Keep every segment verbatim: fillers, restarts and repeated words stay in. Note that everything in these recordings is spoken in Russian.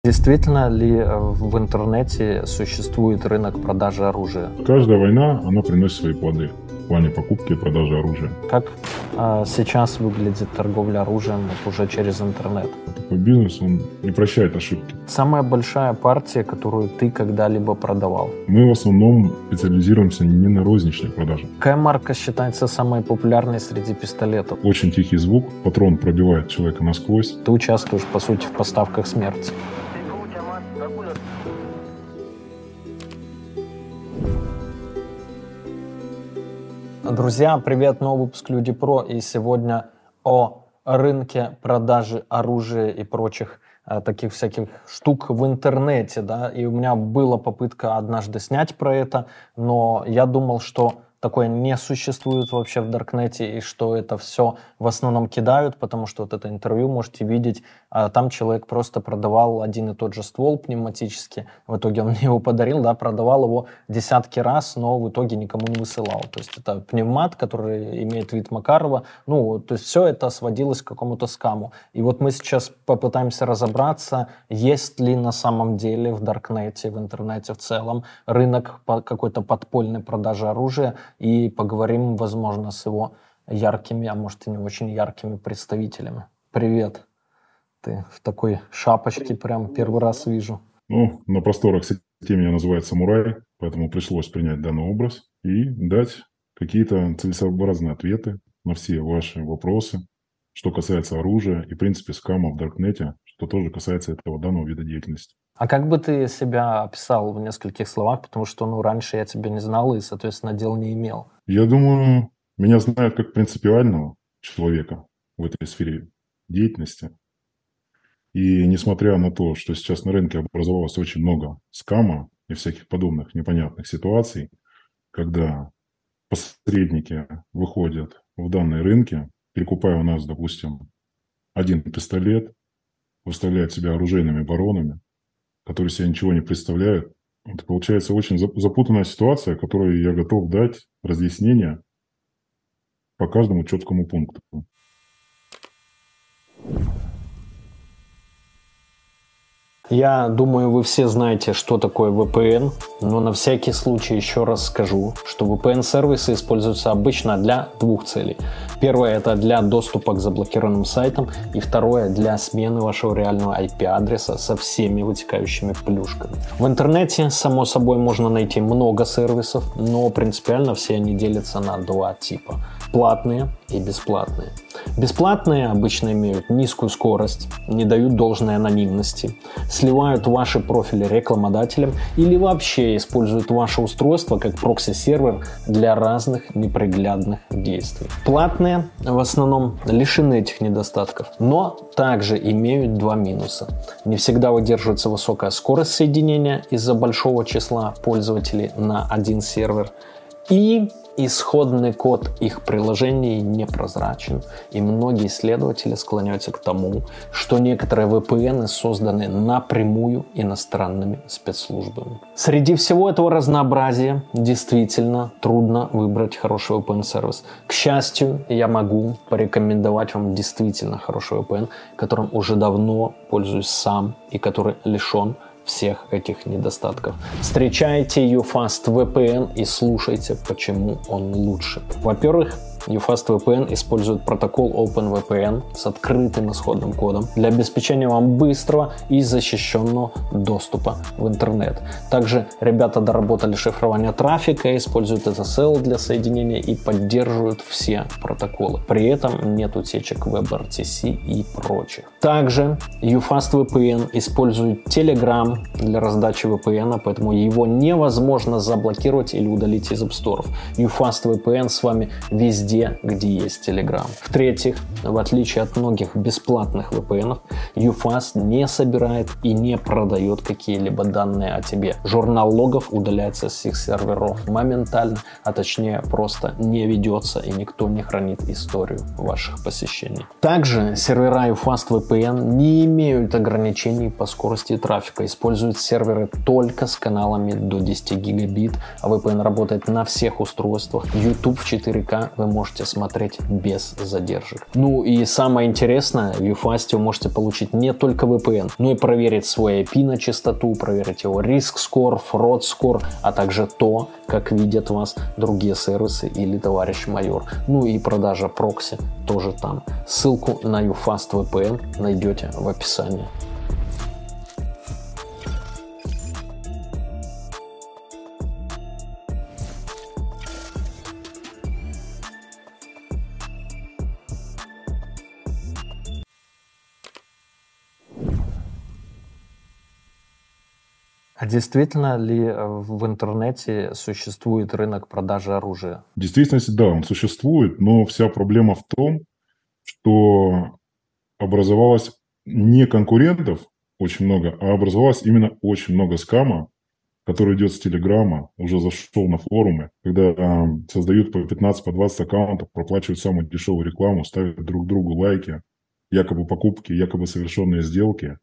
Действительно ли в интернете существует рынок продажи оружия? Каждая война, она приносит свои плоды в плане покупки и продажи оружия. Как э, сейчас выглядит торговля оружием вот уже через интернет? Такой бизнес, он не прощает ошибки. Самая большая партия, которую ты когда-либо продавал? Мы в основном специализируемся не на розничной продаже. Какая марка считается самой популярной среди пистолетов? Очень тихий звук, патрон пробивает человека насквозь. Ты участвуешь, по сути, в поставках смерти. Друзья, привет, новый выпуск Люди Про, и сегодня о рынке продажи оружия и прочих э, таких всяких штук в интернете, да, и у меня была попытка однажды снять про это, но я думал, что такое не существует вообще в Даркнете, и что это все в основном кидают, потому что вот это интервью можете видеть, а там человек просто продавал один и тот же ствол пневматический, в итоге он мне его подарил, да, продавал его десятки раз, но в итоге никому не высылал. То есть это пневмат, который имеет вид Макарова, ну, то есть все это сводилось к какому-то скаму. И вот мы сейчас попытаемся разобраться, есть ли на самом деле в Даркнете, в интернете в целом рынок по какой-то подпольной продажи оружия, и поговорим, возможно, с его яркими, а может и не очень яркими представителями. Привет. Ты в такой шапочке прям первый раз вижу. Ну, на просторах сети меня называют самурай, поэтому пришлось принять данный образ и дать какие-то целесообразные ответы на все ваши вопросы, что касается оружия и, в принципе, скама в Даркнете, что тоже касается этого данного вида деятельности. А как бы ты себя описал в нескольких словах, потому что, ну, раньше я тебя не знал и, соответственно, дел не имел? Я думаю, меня знают как принципиального человека в этой сфере деятельности. И несмотря на то, что сейчас на рынке образовалось очень много скама и всяких подобных непонятных ситуаций, когда посредники выходят в данные рынки, перекупая у нас, допустим, один пистолет, выставляют себя оружейными баронами, которые себе ничего не представляют. Это получается очень запутанная ситуация, которой я готов дать разъяснение по каждому четкому пункту. Я думаю, вы все знаете, что такое ви пи эн, но на всякий случай еще раз скажу, что ви пи эн-сервисы используются обычно для двух целей. Первое – это для доступа к заблокированным сайтам, и второе – для смены вашего реального ай пи-адреса со всеми вытекающими плюшками. В интернете, само собой, можно найти много сервисов, но принципиально все они делятся на два типа – платные и бесплатные. Бесплатные обычно имеют низкую скорость, не дают должной анонимности, сливают ваши профили рекламодателям или вообще используют ваше устройство как прокси-сервер для разных неприглядных действий. Платные в основном лишены этих недостатков, но также имеют два минуса. Не всегда выдерживается высокая скорость соединения из-за большого числа пользователей на один сервер, и исходный код их приложений непрозрачен, и многие исследователи склоняются к тому, что некоторые ви пи эн созданы напрямую иностранными спецслужбами. Среди всего этого разнообразия действительно трудно выбрать хороший ви пи эн-сервис. К счастью, я могу порекомендовать вам действительно хороший ви пи эн, которым уже давно пользуюсь сам и который лишен всех этих недостатков. Встречайте юфаст ви пи эн и слушайте, почему он лучше. Во-первых, юфаст ви пи эн использует протокол OpenVPN с открытым исходным кодом для обеспечения вам быстрого и защищенного доступа в интернет. Также ребята доработали шифрование трафика, используют эс эс эл для соединения и поддерживают все протоколы. При этом нет утечек WebRTC и прочих. Также юфаст ви пи эн использует Telegram для раздачи ви пи эн, поэтому его невозможно заблокировать или удалить из App Store. юфаст ви пи эн с вами везде, где есть Telegram. В-третьих, в отличие от многих бесплатных ви пи эн, юфаст не собирает и не продает какие-либо данные о тебе. Журнал логов удаляется с их серверов моментально, а точнее просто не ведется, и никто не хранит историю ваших посещений. Также сервера юфаст ви пи эн не имеют ограничений по скорости трафика, используют серверы только с каналами до десяти гигабит, а ви пи эн работает на всех устройствах. YouTube в четыре ка вы можете можете смотреть без задержек. Ну и самое интересное, в юфаст вы можете получить не только ви пи эн, но и проверить свой ай пи на чистоту, проверить его риск скор, фрод скор, а также то, как видят вас другие сервисы или товарищ майор. Ну и продажа прокси тоже там. Ссылку на юфаст ви пи эн найдете в описании. А действительно ли в интернете существует рынок продажи оружия? В действительности, да, он существует, но вся проблема в том, что образовалось не конкурентов очень много, а образовалось именно очень много скама, который идет с Телеграма, уже зашел на форумы, когда э, создают по пятнадцать, по двадцать аккаунтов, проплачивают самую дешевую рекламу, ставят друг другу лайки, якобы покупки, якобы совершенные сделки.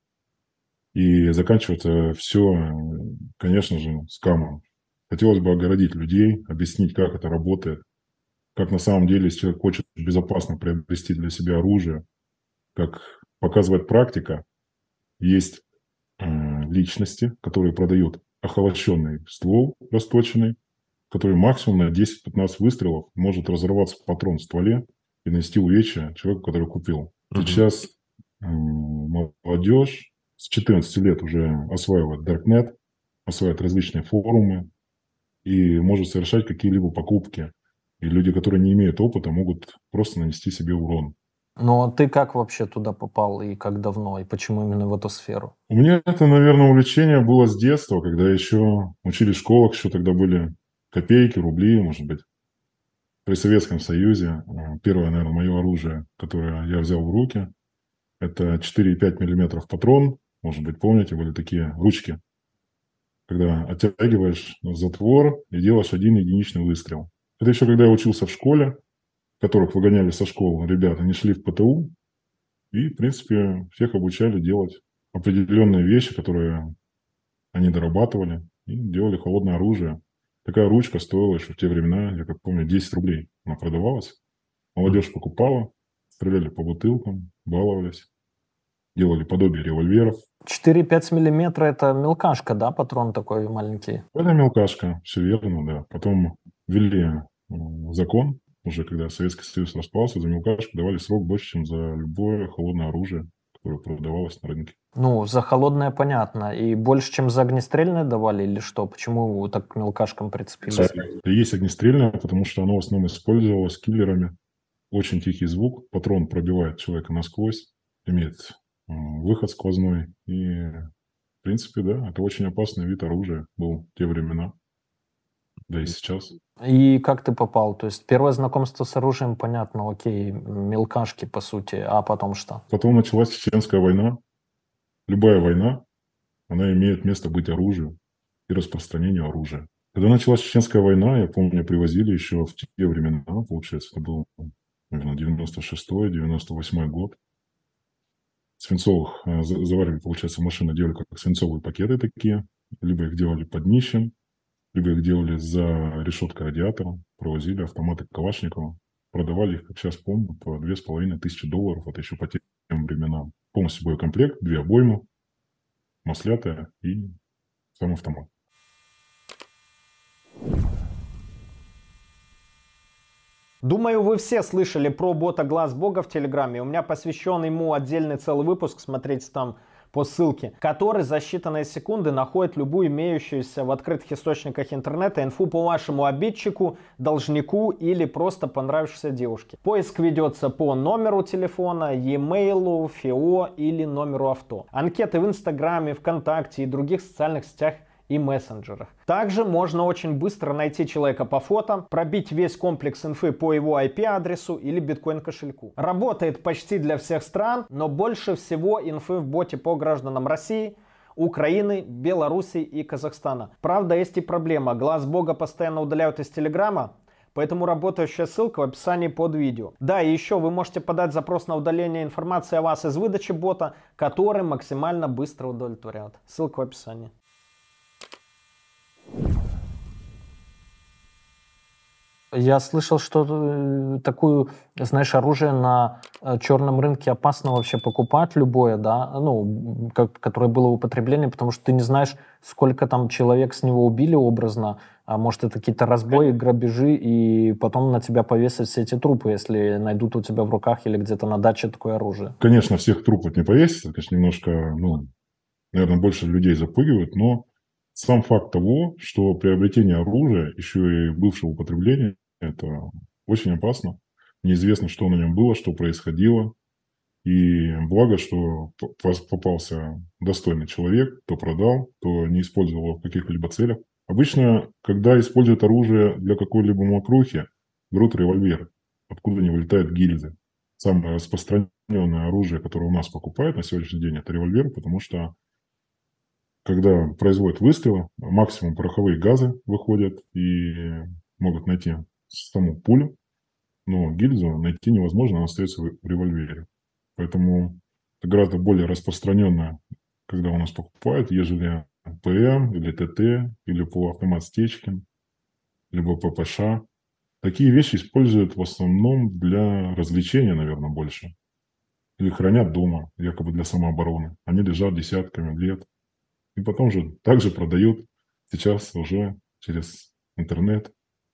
И заканчивается все, конечно же, скамом. Хотелось бы огородить людей, объяснить, как это работает, как на самом деле, если человек хочет безопасно приобрести для себя оружие, как показывает практика, есть э, личности, которые продают охолощенный ствол расточенный, который максимум на десять-пятнадцать выстрелов может разорваться патрон в стволе и нанести увечья человеку, который купил. Uh-huh. Сейчас э, молодежь с четырнадцати лет уже осваивает Даркнет, осваивает различные форумы и может совершать какие-либо покупки. И люди, которые не имеют опыта, могут просто нанести себе урон. Но ты как вообще туда попал и как давно, и почему именно в эту сферу? У меня это, наверное, увлечение было с детства, когда еще учили в школах, еще тогда были копейки, рубли, может быть. При Советском Союзе первое, наверное, мое оружие, которое я взял в руки, это четыре и пять миллиметров патрон. Может быть, помните, были такие ручки, когда оттягиваешь затвор и делаешь один единичный выстрел. Это еще когда я учился в школе, которых выгоняли со школы ребята, они шли в ПТУ и, в принципе, всех обучали делать определенные вещи, которые они дорабатывали и делали холодное оружие. Такая ручка стоила еще в те времена, я как помню, десять рублей она продавалась. Молодежь покупала, стреляли по бутылкам, баловались, делали подобие револьверов. четыре-пять миллиметра это мелкашка, да, патрон такой маленький? Это мелкашка, все верно, да. Потом ввели закон, уже когда Советский Союз распался, за мелкашку давали срок больше, чем за любое холодное оружие, которое продавалось на рынке. Ну, за холодное понятно. И больше, чем за огнестрельное давали или что? Почему вы так к мелкашкам прицепились? Это есть огнестрельное, потому что оно в основном использовалось киллерами. Очень тихий звук, патрон пробивает человека насквозь, имеет выход сквозной. И, в принципе, да, это очень опасный вид оружия был в те времена. Да и сейчас. И как ты попал? То есть первое знакомство с оружием, понятно, окей, мелкашки по сути, а потом что? Потом началась Чеченская война. Любая война, она имеет место быть оружием и распространению оружия. Когда началась Чеченская война, я помню, привозили еще в те времена, получается, это был, наверное, девяносто шестой девяносто восьмой год. Свинцовых заваривали, получается, машины делали как свинцовые пакеты такие, либо их делали под днищем, либо их делали за решеткой радиатора, провозили автоматы Калашникова, продавали их, как сейчас помню, по две с половиной тысячи долларов, это еще по тем временам. Полностью боекомплект, две обоймы, маслятая и сам автомат. Думаю, вы все слышали про бота Глаз Бога в Телеграме. У меня посвящен ему отдельный целый выпуск, смотрите там по ссылке, который за считанные секунды находит любую имеющуюся в открытых источниках интернета инфу по вашему обидчику, должнику или просто понравившейся девушке. Поиск ведется по номеру телефона, e-mail, ФИО или номеру авто. Анкеты в Инстаграме, ВКонтакте и других социальных сетях и мессенджерах. Также можно очень быстро найти человека по фото, пробить весь комплекс инфы по его ай пи-адресу или биткоин-кошельку. Работает почти для всех стран, но больше всего инфы в боте по гражданам России, Украины, Белоруссии и Казахстана. Правда, есть и проблема. Глаз Бога постоянно удаляют из Телеграма, поэтому работающая ссылка в описании под видео. Да, и еще вы можете подать запрос на удаление информации о вас из выдачи бота, который максимально быстро удовлетворяет. Ссылка в описании. Я слышал, что э, такую, знаешь, оружие на э, черном рынке опасно вообще покупать любое, да, ну, как, которое было в употреблении, потому что ты не знаешь, сколько там человек с него убили образно, а может это какие-то разбои, грабежи, и потом на тебя повесят все эти трупы, если найдут у тебя в руках или где-то на даче такое оружие. Конечно, всех трупов не повесится, конечно, немножко, ну, наверное, больше людей запугивают, но сам факт того, что приобретение оружия, еще и бывшего употребления, это очень опасно. Неизвестно, что на нем было, что происходило. И благо, что п- пос- попался достойный человек, кто продал, кто не использовал его в каких-либо целях. Обычно, когда используют оружие для какой-либо мокрухи, берут револьвер, откуда не вылетают гильзы. Самое распространенное оружие, которое у нас покупают на сегодняшний день, это револьвер, потому что когда производят выстрелы, максимум пороховые газы выходят и могут найти саму пулю, но гильзу найти невозможно, она остается в револьвере. Поэтому это гораздо более распространенное, когда у нас покупают, ежели ПМ или ТТ, или полуавтомат Стечкин, либо ППШ. Такие вещи используют в основном для развлечения, наверное, больше. Или хранят дома, якобы для самообороны. Они лежат десятками лет. И потом же также продают сейчас уже через интернет.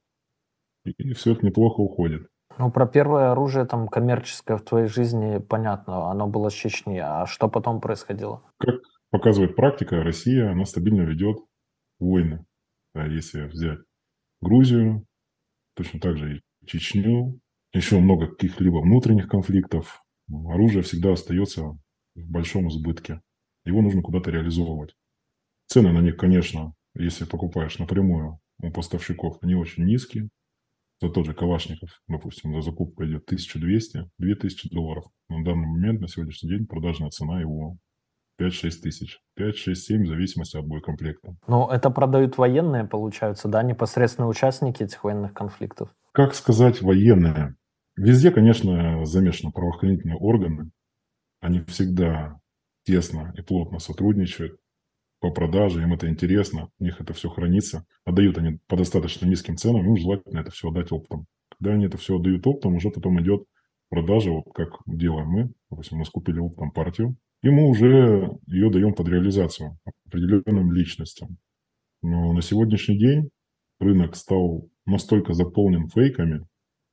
И, и все это неплохо уходит. Ну, про первое оружие там коммерческое в твоей жизни понятно, оно было с Чечни, а что потом происходило? Как показывает практика, Россия, она стабильно ведет войны. Да, если взять Грузию, точно так же и Чечню, еще много каких-либо внутренних конфликтов, ну, оружие всегда остается в большом избытке. Его нужно куда-то реализовывать. Цены на них, конечно, если покупаешь напрямую у поставщиков, они очень низкие. За тот же Калашников, допустим, за закупку идет тысяча двести - две тысячи долларов. На данный момент, на сегодняшний день, продажная цена его пять-шесть тысяч. пять-шесть-семь в зависимости от боекомплекта. Ну, это продают военные, получаются, да, непосредственно участники этих военных конфликтов. Как сказать военные? Везде, конечно, замешаны правоохранительные органы. Они всегда тесно и плотно сотрудничают по продаже, им это интересно, у них это все хранится. Отдают они по достаточно низким ценам, им желательно это все отдать оптом. Когда они это все отдают оптом, уже потом идет продажа, вот как делаем мы. Допустим, мы скупили оптом партию, и мы уже ее даем под реализацию определенным личностям. Но на сегодняшний день рынок стал настолько заполнен фейками,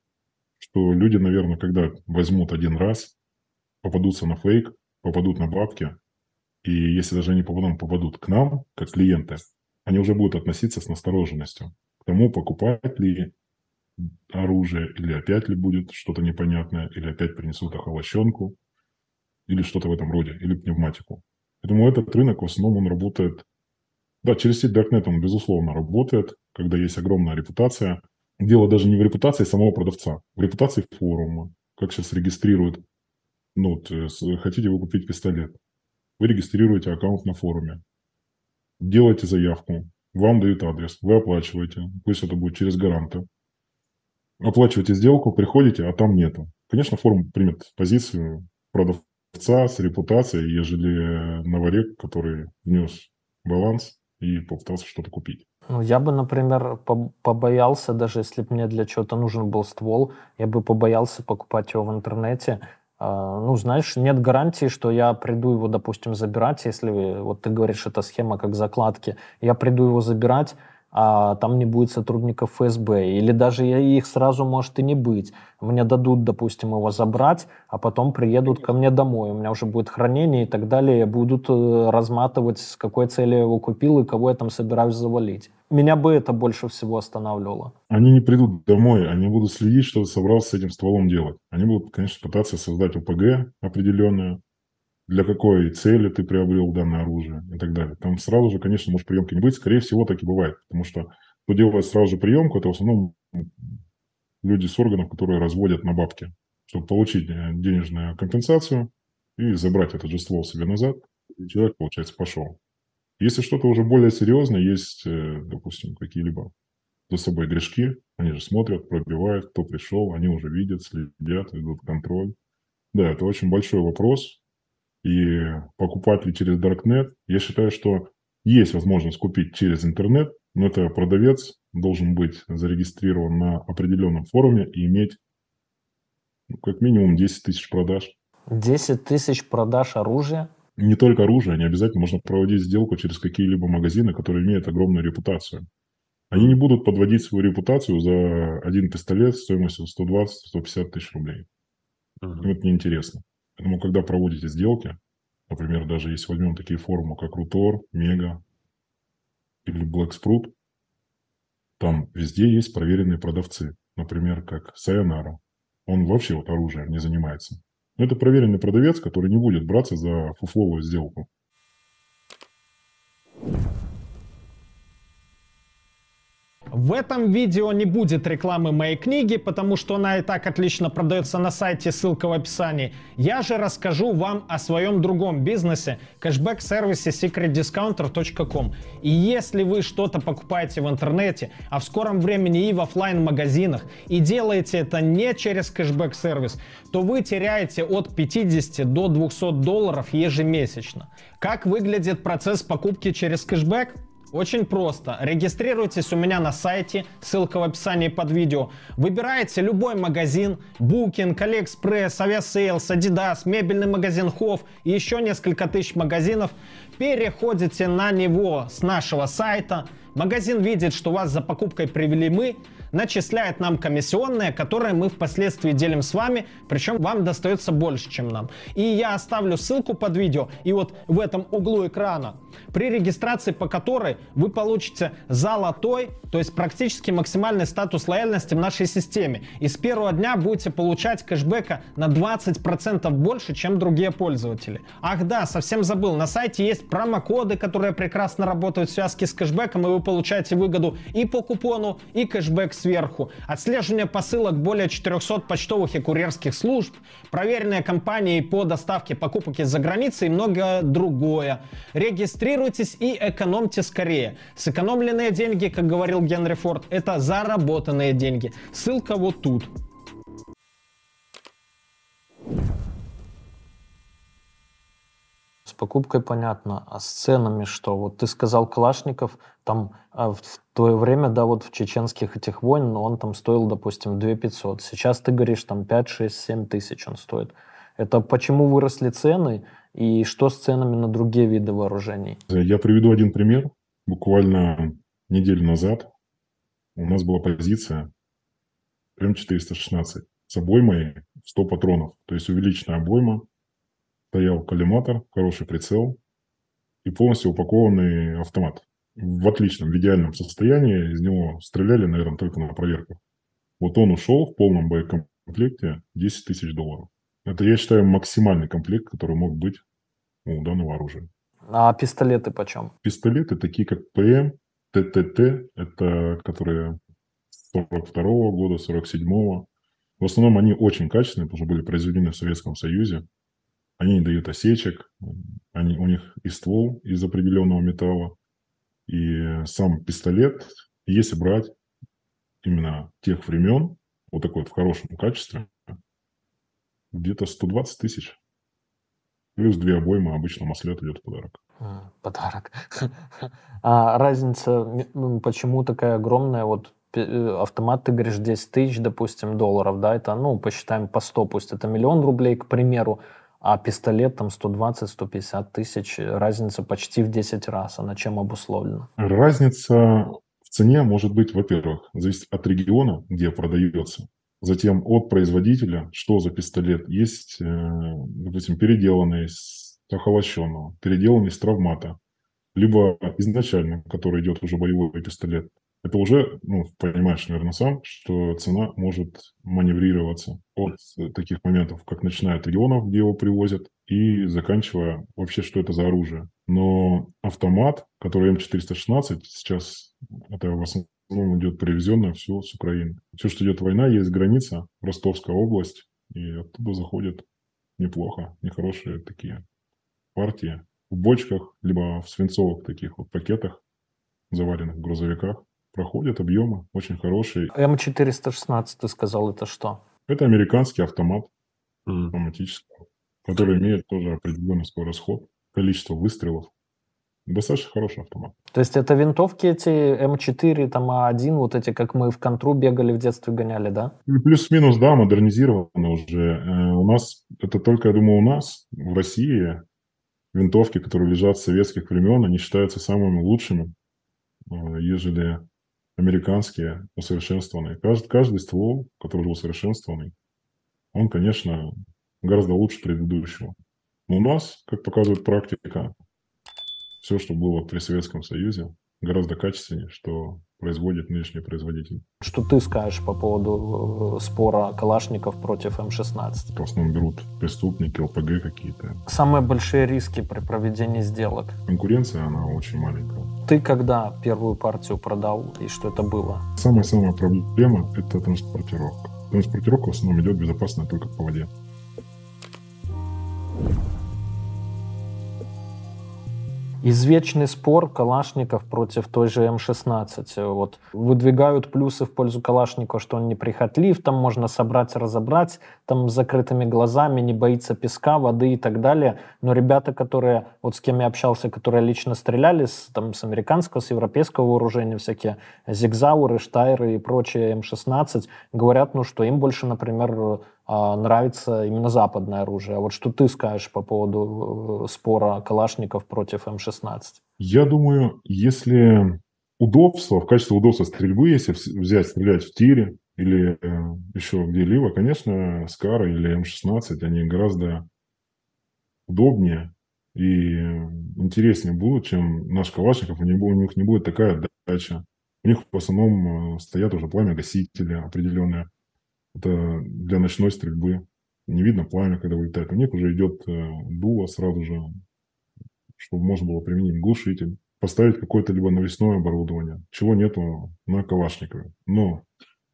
что люди, наверное, когда возьмут один раз, попадутся на фейк, попадут на бабки, и если даже они потом попадут к нам, как клиенты, они уже будут относиться с настороженностью к тому, покупать ли оружие, или опять ли будет что-то непонятное, или опять принесут охолощенку, или что-то в этом роде, или пневматику. Поэтому этот рынок в основном он работает, да, через сеть Darknet он безусловно работает, когда есть огромная репутация. Дело даже не в репутации самого продавца, в репутации форума, как сейчас регистрируют, ну, вот, э, с- хотите вы купить пистолет, вы регистрируете аккаунт на форуме, делаете заявку, вам дают адрес, вы оплачиваете, пусть это будет через гаранта, оплачиваете сделку, приходите, а там нету. Конечно, форум примет позицию продавца с репутацией, ежели новорек, который внес баланс и попытался что-то купить. Ну, я бы, например, поб- побоялся, даже если бы мне для чего-то нужен был ствол, я бы побоялся покупать его в интернете. А, Ну, знаешь, нет гарантии, что я приду его, допустим, забирать, если вот ты говоришь, это схема как закладки, я приду его забирать, а там не будет сотрудников эф эс бэ, или даже я- их сразу может и не быть. Мне дадут, допустим, его забрать, а потом приедут ко мне домой, у меня уже будет хранение и так далее, будут э, разматывать, с какой целью я его купил и кого я там собираюсь завалить. Меня бы это больше всего останавливало. Они не придут домой, они будут следить, что ты собрался с этим стволом делать. Они будут, конечно, пытаться создать о пэ гэ определенную, для какой цели ты приобрел данное оружие и так далее. Там сразу же, конечно, может приемки не быть. Скорее всего, так и бывает. Потому что кто делает сразу же приемку, это в основном люди с органов, которые разводят на бабки, чтобы получить э, денежную компенсацию и забрать этот же ствол себе назад. И человек, получается, пошел. Если что-то уже более серьезное, есть, э, допустим, какие-либо за собой грешки, они же смотрят, пробивают, кто пришел, они уже видят, следят, ведут контроль. Да, это очень большой вопрос. И покупать ли через Darknet, я считаю, что есть возможность купить через интернет, но это продавец должен быть зарегистрирован на определенном форуме и иметь ну, как минимум десять тысяч продаж. десять тысяч продаж оружия? Не только оружие, не обязательно можно проводить сделку через какие-либо магазины, которые имеют огромную репутацию. Они не будут подводить свою репутацию за один пистолет стоимостью сто двадцать - сто пятьдесят тысяч рублей. Мгм. Им это неинтересно. Поэтому, когда проводите сделки, например, даже если возьмем такие форумы, как Рутор, Мега или Blacksprout, там везде есть проверенные продавцы. Например, как Sayonara. Он вообще вот оружием не занимается. Но это проверенный продавец, который не будет браться за фуфловую сделку. В этом видео не будет рекламы моей книги, потому что она и так отлично продается на сайте, ссылка в описании. Я же расскажу вам о своем другом бизнесе, кэшбэк-сервисе секрет дискаунтер точка ком. И если вы что-то покупаете в интернете, а в скором времени и в офлайн-магазинах, и делаете это не через кэшбэк-сервис, то вы теряете от пятидесяти до двухсот долларов ежемесячно. Как выглядит процесс покупки через кэшбэк? Очень просто. Регистрируйтесь у меня на сайте, ссылка в описании под видео. Выбираете любой магазин, Booking, AliExpress, Aviasales, Adidas, мебельный магазин Hof и еще несколько тысяч магазинов. Переходите на него с нашего сайта. Магазин видит, что вас за покупкой привели мы, начисляет нам комиссионные, которые мы впоследствии делим с вами, причем вам достается больше, чем нам. И я оставлю ссылку под видео, и вот в этом углу экрана, при регистрации по которой вы получите золотой, то есть практически максимальный статус лояльности в нашей системе. И с первого дня будете получать кэшбэка на двадцать процентов больше, чем другие пользователи. Ах да, совсем забыл, на сайте есть промокоды, которые прекрасно работают в связке с кэшбэком, и вы получаете выгоду и по купону, и кэшбэк сверху. Отслеживание посылок более четырехсот почтовых и курьерских служб, проверенные компании по доставке покупок из-за границы и многое другое. Регистрируйтесь и экономьте скорее. Сэкономленные деньги, как говорил Генри Форд, это заработанные деньги. Ссылка вот тут. С покупкой понятно, а с ценами что? Вот ты сказал Калашников, там а в то время, да, вот в чеченских этих войн, он там стоил, допустим, две тысячи пятьсот. Сейчас ты говоришь, там пять, шесть, семь тысяч он стоит. Это почему выросли цены и что с ценами на другие виды вооружений? Я приведу один пример. Буквально неделю назад у нас была позиция эм четыреста шестнадцать с обоймой в сто патронов. То есть увеличенная обойма, стоял коллиматор, хороший прицел и полностью упакованный автомат. В отличном, в идеальном состоянии. Из него стреляли, наверное, только на проверках. Вот он ушел в полном боекомплекте десять тысяч долларов. Это, я считаю, максимальный комплект, который мог быть у данного оружия. А пистолеты почем? Пистолеты, такие как ПМ, ТТТ, это которые сорок второго года, сорок седьмого. В основном они очень качественные, потому что были произведены в Советском Союзе. Они не дают осечек, они, у них и ствол из определенного металла, и сам пистолет. Если брать именно тех времен, вот такой вот в хорошем качестве, где-то сто двадцать тысяч. Плюс две обоймы, обычно маслет идет в подарок. Подарок. А разница почему такая огромная? Вот автомат, ты говоришь, десять тысяч, допустим, долларов, да, это, ну, посчитаем по сто, пусть это миллион рублей, к примеру, а пистолет там сто двадцать - сто пятьдесят тысяч, разница почти в десять раз. Она чем обусловлена? Разница в цене может быть, во-первых, зависит от региона, где продается. Затем от производителя, что за пистолет. Есть, допустим, переделанный с охолощенного, переделанный с травмата, либо изначально, который идет уже боевой пистолет. Это уже, ну, понимаешь, наверное, сам, что цена может маневрироваться от таких моментов, как начиная от регионов, где его привозят, и заканчивая вообще, что это за оружие. Но автомат, который эм четыреста шестнадцать, сейчас это в основном идет привезенное все с Украины. Все, что идет война, есть граница, Ростовская область, и оттуда заходят неплохо, нехорошие такие партии в бочках, либо в свинцовых таких вот пакетах, заваленных в грузовиках. Проходят объемы, очень хорошие. эм четыреста шестнадцать, ты сказал, это что? Это американский автомат Mm. автоматический, который имеет тоже определенный свой расход, количество выстрелов. Достаточно хороший автомат. То есть это винтовки эти эм четыре, там А один, вот эти, как мы в контру бегали в детстве, гоняли, да? Ну, плюс-минус, да, модернизированы уже. Э, У нас, это только, я думаю, у нас, в России, винтовки, которые лежат с советских времен, они считаются самыми лучшими, э, ежели американские усовершенствованные. Каждый, каждый ствол, который уже усовершенствованный, он, конечно, гораздо лучше предыдущего. Но у нас, как показывает практика, все, что было при Советском Союзе, гораздо качественнее, что производит нынешний производитель. Что ты скажешь по поводу э, спора калашников против эм шестнадцать? В основном берут преступники, эл пэ гэ какие-то. Самые большие риски при проведении сделок. Конкуренция, она очень маленькая. Ты когда первую партию продал и что это было? Самая-самая проблема – это транспортировка. Транспортировка в основном идет безопасно только по воде. Извечный спор калашников против той же эм шестнадцать. Вот выдвигают плюсы в пользу калашникова, что он неприхотлив, там можно собрать, разобрать, там с закрытыми глазами, не боится песка, воды и так далее. Но ребята, которые, вот с кем я общался, которые лично стреляли с, там, с американского, с европейского вооружения, всякие зигзауры, штайры и прочее эм шестнадцать, говорят, ну, что им больше, например, нравится именно западное оружие. А вот что ты скажешь по поводу спора калашников против эм шестнадцать? Я думаю, если удобство, в качестве удобства стрельбы, если взять, стрелять в тире или э, еще где-либо, конечно, скар или эм шестнадцать, они гораздо удобнее и интереснее будут, чем наш Калашников. У них, у них не будет такая отдача. У них в основном стоят уже пламя-гасители определенные. Это для ночной стрельбы. Не видно пламя, когда вылетает. У них уже идет дуло сразу же, чтобы можно было применить глушитель, поставить какое-то либо навесное оборудование, чего нету на Калашникове. Но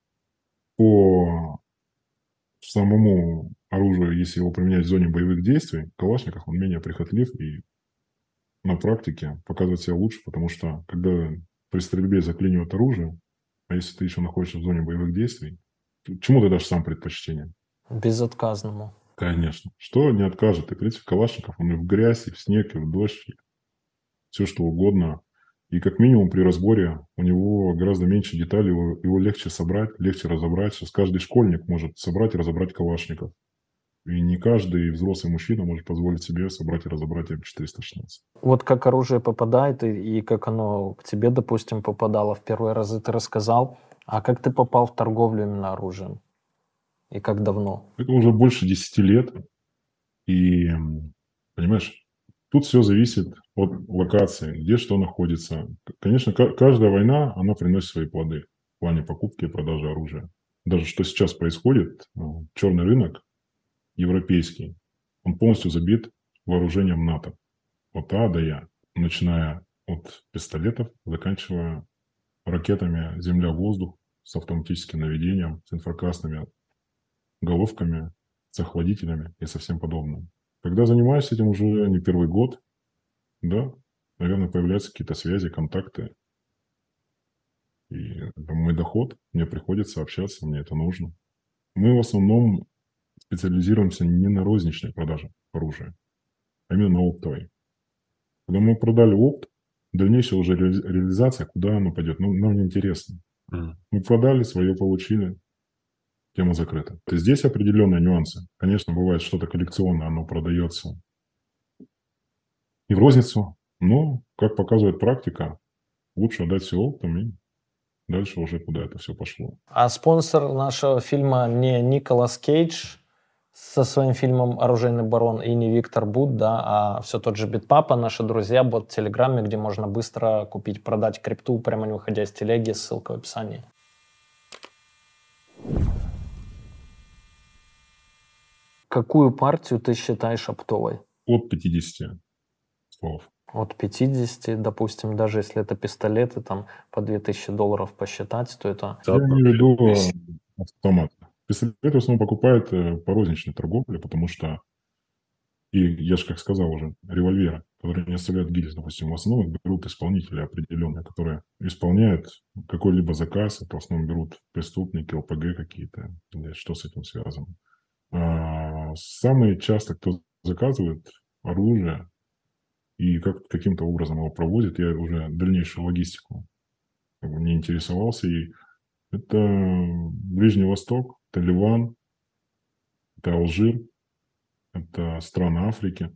по самому оружию, если его применять в зоне боевых действий, Калашников, он менее прихотлив и на практике показывает себя лучше, потому что когда при стрельбе заклинивают оружие, а если ты еще находишься в зоне боевых действий, чему ты дашь сам предпочтение? Безотказному. Конечно. Что не откажет? И, в принципе, Калашников, он и в грязь, и в снег, и в дождь, и все что угодно. И как минимум при разборе у него гораздо меньше деталей, его, его легче собрать, легче разобрать. Сейчас каждый школьник может собрать и разобрать Калашников. И не каждый взрослый мужчина может позволить себе собрать и разобрать эм четыреста шестнадцать. Вот как оружие попадает и, и как оно к тебе, допустим, попадало в первые разы, ты рассказал. А как ты попал в торговлю именно оружием? И как давно? Это уже больше десяти лет. И, понимаешь, тут все зависит от локации, где что находится. Конечно, каждая война, она приносит свои плоды в плане покупки и продажи оружия. Даже что сейчас происходит, черный рынок европейский, он полностью забит вооружением НАТО. От А до Я, начиная от пистолетов, заканчивая ракетами земля-воздух с автоматическим наведением, с инфракрасными головками, с охладителями и со всем подобным. Когда занимаюсь этим уже не первый год, да, наверное, появляются какие-то связи, контакты. И это мой доход, мне приходится общаться, мне это нужно. Мы в основном специализируемся не на розничной продаже оружия, а именно на оптовой. Когда мы продали опт, дальнейшая уже ре- реализация, куда оно пойдет, ну, нам не интересно. Mm. Мы продали, свое получили, тема закрыта. То есть здесь определенные нюансы. Конечно, бывает что-то коллекционное, оно продается и в розницу, но, как показывает практика, лучше отдать все оптом и дальше уже куда это все пошло. А спонсор нашего фильма не Николас Кейдж со своим фильмом «Оружейный барон» и не Виктор Бут, да, а все тот же Битпапа, наши друзья, бот в Телеграме, где можно быстро купить, продать крипту, прямо не выходя из телеги, ссылка в описании. Какую партию ты считаешь оптовой? От пятидесяти стволов. От пятидесяти, допустим, даже если это пистолеты, там по две тысячи долларов посчитать, то это... Я имею в виду автомат. Пистолеты в основном покупают по розничной торговле, потому что, и я же как сказал уже, револьверы, которые не оставляют гильз, допустим, в основном их берут исполнители определенные, которые исполняют какой-либо заказ, это в основном берут преступники, эл пэ гэ какие-то, или что с этим связано. А самые часто, кто заказывает оружие, и как, каким-то образом его проводят. Я уже дальнейшую логистику как бы не интересовался. И это Ближний Восток, это Ливан, это Алжир, это страны Африки.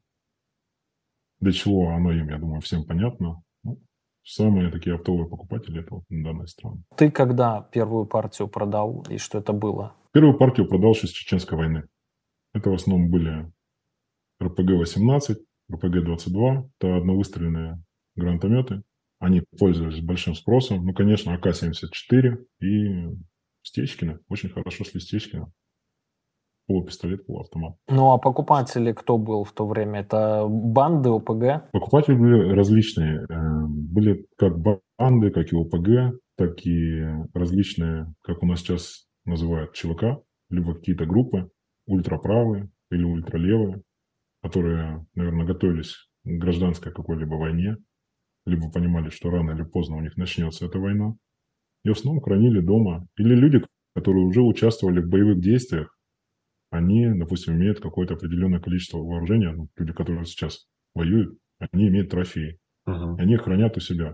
Для чего оно им, я думаю, всем понятно. Ну, самые такие оптовые покупатели – это вот данные страны. Ты когда первую партию продал и что это было? Первую партию продал еще с Чеченской войны. Это в основном были эр пэ гэ восемнадцать, эр пэ гэ двадцать два. Это одновыстрельные гранатометы. Они пользовались большим спросом. Ну, конечно, а ка семьдесят четыре и Стечкина. Очень хорошо шли Стечкина. Полупистолет, полуавтомат. Ну, а покупатели кто был в то время? Это банды, о пэ гэ? Покупатели были различные. Э, Были как банды, как и о пэ гэ, так и различные, как у нас сейчас называют, че вэ ка, либо какие-то группы ультраправые или ультралевые, которые, наверное, готовились к гражданской какой-либо войне, либо понимали, что рано или поздно у них начнется эта война, и в основном хранили дома. Или люди, которые уже участвовали в боевых действиях, они, допустим, имеют какое-то определенное количество вооружения, ну, люди, которые сейчас воюют, они имеют трофеи, Мгм. и они их хранят у себя.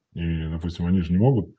И, допустим, они же не могут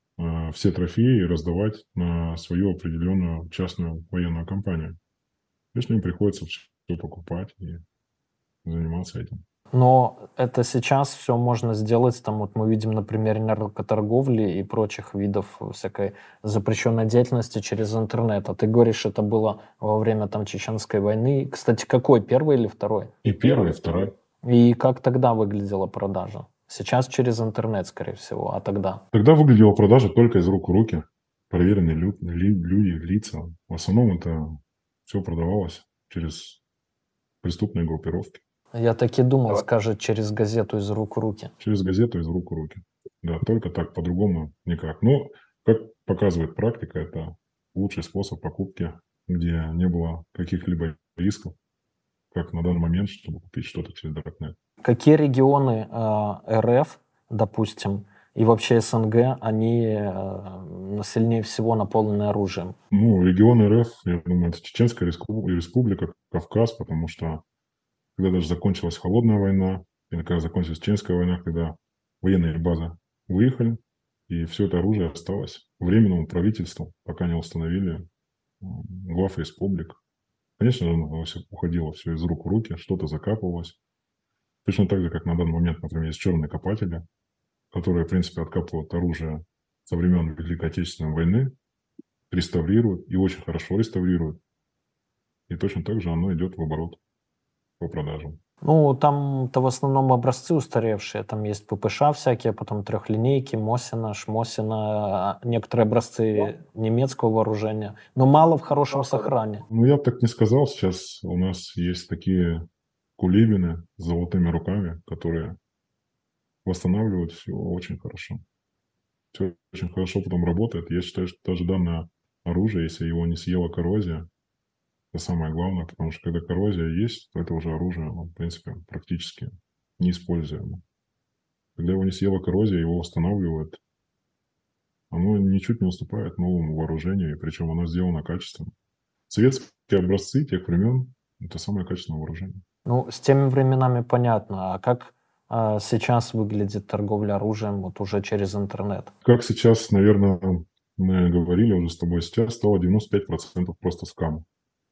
э, все трофеи раздавать на свою определенную частную военную компанию. Конечно, им приходится все покупать и заниматься этим. Но это сейчас все можно сделать. Там вот мы видим на примере наркоторговли и прочих видов всякой запрещенной деятельности через интернет. А ты говоришь, это было во время там Чеченской войны. Кстати, какой, первый или второй? И первый, и второй. И как тогда выглядела продажа? Сейчас через интернет, скорее всего, а тогда? Тогда выглядела продажа только из рук в руки. Проверенные лю- ли- люди, лица. В основном это все продавалось через преступные группировки. Я так и думал, скажет через газету из рук в руки. Через газету из рук в руки. Да, только так, по-другому никак. Но, как показывает практика, это лучший способ покупки, где не было каких-либо рисков, как на данный момент, чтобы купить что-то через Даркнет. Какие регионы э, эр эф, допустим, и вообще эс эн гэ, они э, сильнее всего наполнены оружием? Ну, регион эр эф, я думаю, это Чеченская респу- республика, Кавказ, потому что когда даже закончилась холодная война, или когда закончилась Чеченская война, когда военные базы выехали, и все это оружие осталось временному правительству, пока не установили м, глав республик. Конечно, оно все уходило все из рук в руки, что-то закапывалось. Точно так же, как на данный момент, например, есть черные копатели, которые, в принципе, откапывают оружие со времен Великой Отечественной войны, реставрируют и очень хорошо реставрируют. И точно так же оно идет в оборот по продажам. Ну, там-то в основном образцы устаревшие. Там есть пэ пэ ша всякие, потом трехлинейки, Мосина, Шмосина, а некоторые образцы немецкого вооружения. Но мало в хорошем сохране. Ну, я бы так не сказал. Сейчас у нас есть такие кулибины с золотыми руками, которые восстанавливают все очень хорошо. Все очень хорошо потом работает. Я считаю, что даже данное оружие, если его не съела коррозия, это самое главное, потому что когда коррозия есть, то это уже оружие, оно, в принципе, практически неиспользуемо. Когда его не съела коррозия, его восстанавливают, оно ничуть не уступает новому вооружению, и причем оно сделано качественно. Советские образцы тех времен – это самое качественное вооружение. Ну, с теми временами понятно. А как а, сейчас выглядит торговля оружием вот уже через интернет? Как сейчас, наверное, мы говорили уже с тобой, сейчас стало девяносто пять процентов просто скам.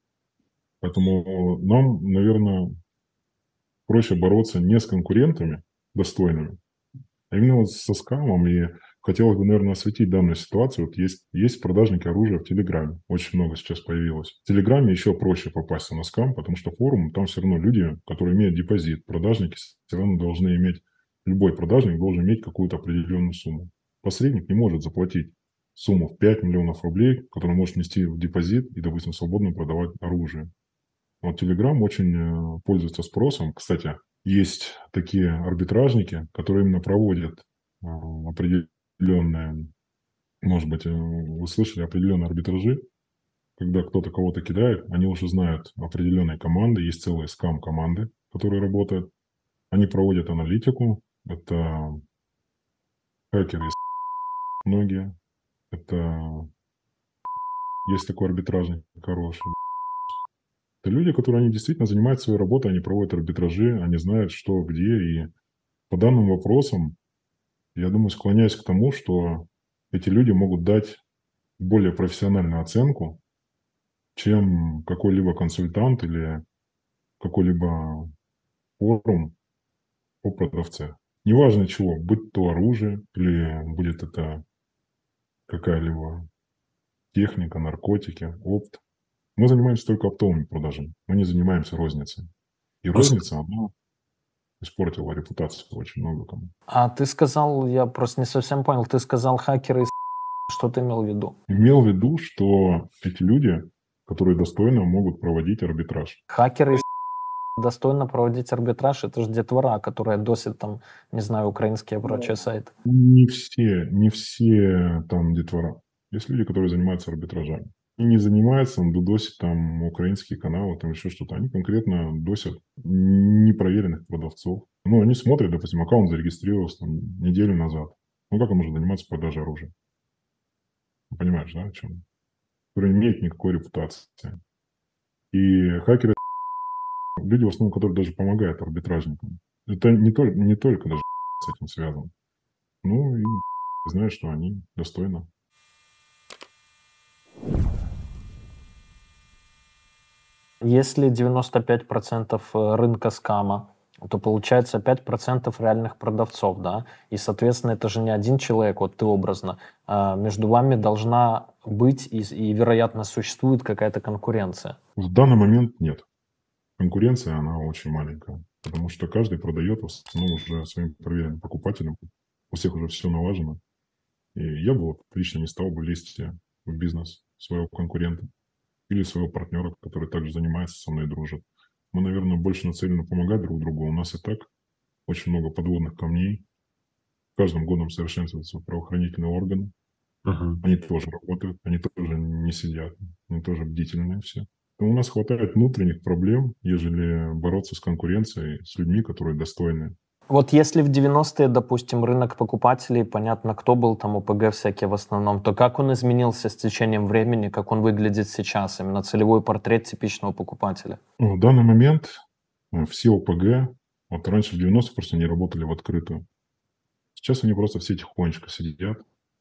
Поэтому нам, наверное, проще бороться не с конкурентами достойными, а именно вот со скамом. И хотелось бы, наверное, осветить данную ситуацию. Вот есть, есть продажники оружия в Телеграме. Очень много сейчас появилось. В Телеграме еще проще попасть на скам, потому что форум, там все равно люди, которые имеют депозит. Продажники все равно должны иметь, любой продажник должен иметь какую-то определенную сумму. Посредник не может заплатить сумму в пять миллионов рублей, которую может внести в депозит и, допустим, свободно продавать оружие. Вот Telegram очень э, пользуется спросом. Кстати, есть такие арбитражники, которые именно проводят э, определенные, может быть, э, вы слышали, определенные арбитражи, когда кто-то кого-то кидает, они уже знают определенные команды, есть целые скам-команды, которые работают. Они проводят аналитику, это хакеры многие, это есть такой арбитражник хороший, Это люди, которые они действительно занимаются своей работой, они проводят арбитражи, они знают, что, где. И по данным вопросам, я думаю, склоняюсь к тому, что эти люди могут дать более профессиональную оценку, чем какой-либо консультант или какой-либо форум по продавце. Неважно чего, будь то оружие или будет это какая-либо техника, наркотики, опт. Мы занимаемся только оптовыми продажами, мы не занимаемся розницей. И розница, она испортила репутацию очень много кому. А ты сказал, я просто не совсем понял, ты сказал хакеры из что ты имел в виду? Имел в виду, что эти люди, которые достойно могут проводить арбитраж. Хакеры из достойно проводить арбитраж, это же детвора, которая досит там, не знаю, украинские и прочие сайты. Не все, не все там детвора. Есть люди, которые занимаются арбитражами. И не занимаются, он досит там украинские каналы, там еще что-то. Они конкретно досят непроверенных продавцов. Ну, они смотрят, допустим, аккаунт зарегистрировался там, неделю назад. Ну, как он может заниматься продажей оружия? Понимаешь, да, о чем? Который не имеет никакой репутации. И хакеры, люди в основном, которые даже помогают арбитражникам. Это не, только не только даже с этим связано. Ну, и знаю, что они достойны. Если девяносто пять процентов рынка скама, то получается пять процентов реальных продавцов, да? И, соответственно, это же не один человек, вот ты образно. А между вами должна быть и, и, вероятно, существует какая-то конкуренция. В данный момент нет. Конкуренция, она очень маленькая. Потому что каждый продает в основном уже своим проверенным покупателям. У всех уже все налажено. И я бы лично не стал бы лезть в бизнес своего конкурента или своего партнера, который также занимается со мной и дружит. Мы, наверное, больше нацелены помогать друг другу. У нас и так очень много подводных камней. Каждым годом совершенствуются правоохранительные органы. Uh-huh. Они тоже работают, они тоже не сидят, они тоже бдительные все. Но у нас хватает внутренних проблем, ежели бороться с конкуренцией, с людьми, которые достойны. Вот если в девяностые, допустим, рынок покупателей, понятно, кто был там, ОПГ всякие в основном, то как он изменился с течением времени, как он выглядит сейчас, именно целевой портрет типичного покупателя? В данный момент все ОПГ, вот раньше в девяностых просто не работали в открытую. Сейчас они просто все тихонечко сидят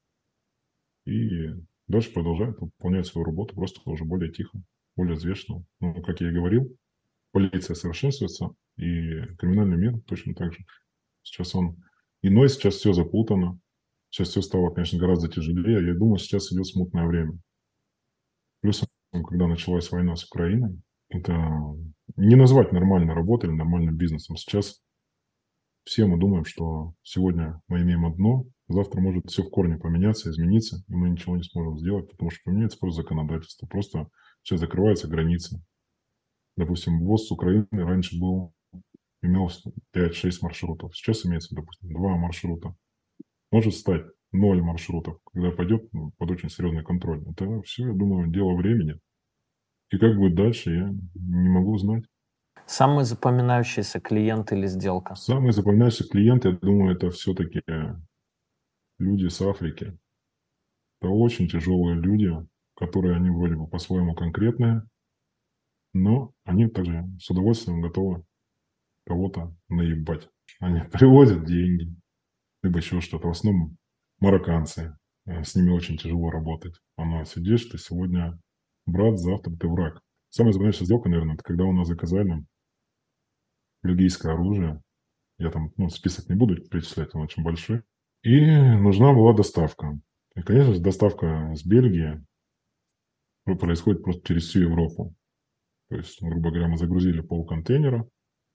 и дальше продолжают выполнять свою работу, просто уже более тихо, более взвешенно. Ну, как я и говорил, полиция совершенствуется, и криминальный мир точно так же. Сейчас он иной, сейчас все запутано. Сейчас все стало, конечно, гораздо тяжелее. Я думаю, сейчас идет смутное время. Плюс, когда началась война с Украиной, это не назвать нормальной работой или нормальным бизнесом. Сейчас все мы думаем, что сегодня мы имеем одно, завтра может все в корне поменяться, измениться, и мы ничего не сможем сделать, потому что поменяется просто законодательство. Просто сейчас закрываются границы. Допустим, ввоз с Украины раньше был, имел пять-шесть маршрутов. Сейчас имеется, допустим, два маршрута. Может стать ноль маршрутов, когда пойдет ну, под очень серьезный контроль. Это все, я думаю, дело времени. И как будет дальше, я не могу знать. Самый запоминающийся клиент или сделка? Самый запоминающийся клиент, я думаю, это все-таки люди с Африки. Это очень тяжелые люди, которые они вроде бы по-своему конкретные, но они также с удовольствием готовы кого-то наебать. Они привозят деньги, либо еще что-то. В основном марокканцы. С ними очень тяжело работать. Оно сидишь, ты сегодня брат, завтра ты враг. Самая запоминающаяся сделка, наверное, это когда у нас заказали бельгийское оружие. Я там ну, список не буду перечислять, он очень большой. И нужна была доставка. И, конечно же, доставка с Бельгии происходит просто через всю Европу. То есть, грубо говоря, мы загрузили полконтейнера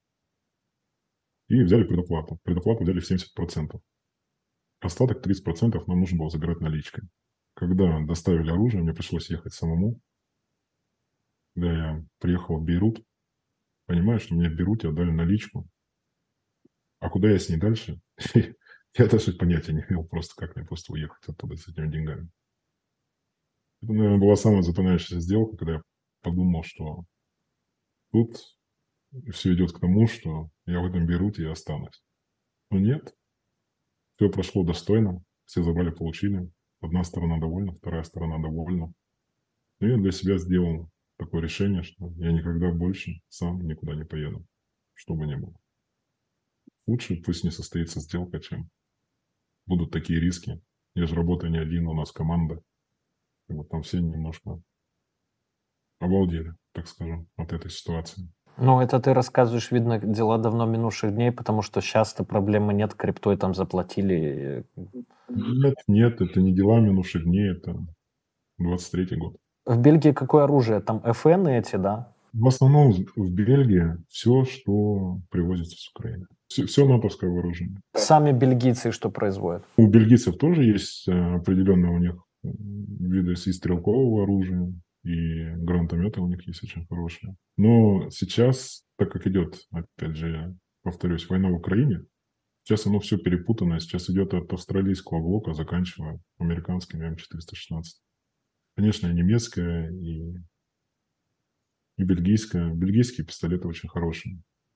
и взяли предоплату. Предоплату взяли в семьдесят процентов. Остаток тридцать процентов нам нужно было забирать наличкой. Когда доставили оружие, мне пришлось ехать самому. Когда я приехал в Бейрут, понимаю, что мне в Бейруте отдали наличку. А куда я с ней дальше? Я даже понятия не имел просто, как мне просто уехать оттуда с этими деньгами. Это, наверное, была самая запоминающаяся сделка, когда я подумал, что тут все идет к тому, что я в этом Бейруте и останусь. Но нет. Все прошло достойно. Все забрали, получили. Одна сторона довольна, вторая сторона довольна. Но я для себя сделал такое решение, что я никогда больше сам никуда не поеду, что бы ни было. Лучше пусть не состоится сделка, чем будут такие риски. Я же работаю не один, у нас команда. И вот там все немножко обалдели, так скажем, от этой ситуации. Ну, это ты рассказываешь, видно, дела давно минувших дней, потому что сейчас-то проблемы нет, криптой там заплатили. Нет, нет, это не дела минувших дней, это двадцать третий год. В Бельгии какое оружие? Там эф эн эти, да? В основном в Бельгии все, что привозится с Украины. Все, все натовское вооружение. Сами бельгийцы что производят? У бельгийцев тоже есть определенные у них виды и стрелкового оружия, и гранатометы у них есть очень хорошие. Но сейчас, так как идет, опять же, повторюсь, война в Украине, сейчас оно все перепутано. Сейчас идет от австралийского блока, заканчивая американским эм четыреста шестнадцать. Конечно, и немецкая, и, и бельгийская. Бельгийские пистолеты очень хорошие.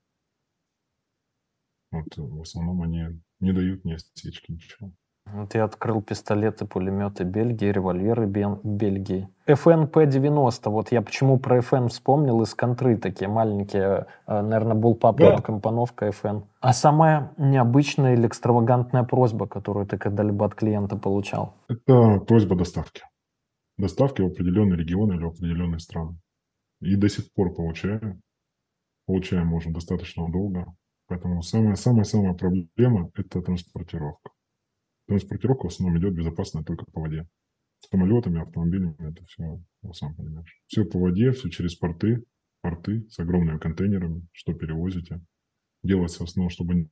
Вот в основном они не дают ни осечки, ничего. Вот я открыл пистолеты, пулеметы Бельгии, револьверы Бен- Бельгии. эф эн пи девяносто, вот я почему про эф эн вспомнил, из контры такие маленькие, наверное, буллпап, компоновка эф эн. А самая необычная или экстравагантная просьба, которую ты когда-либо от клиента получал? Это просьба доставки. Доставки в определенные регионы или в определенные страны. И до сих пор получаю. Получаем уже достаточно долго. Поэтому самая-самая-самая проблема – это транспортировка. Транспортировка в основном идет безопасно только по воде. Самолетами, автомобилями, это все, ну, сам понимаешь. Все по воде, все через порты, порты с огромными контейнерами, что перевозите. Делается в основном, чтобы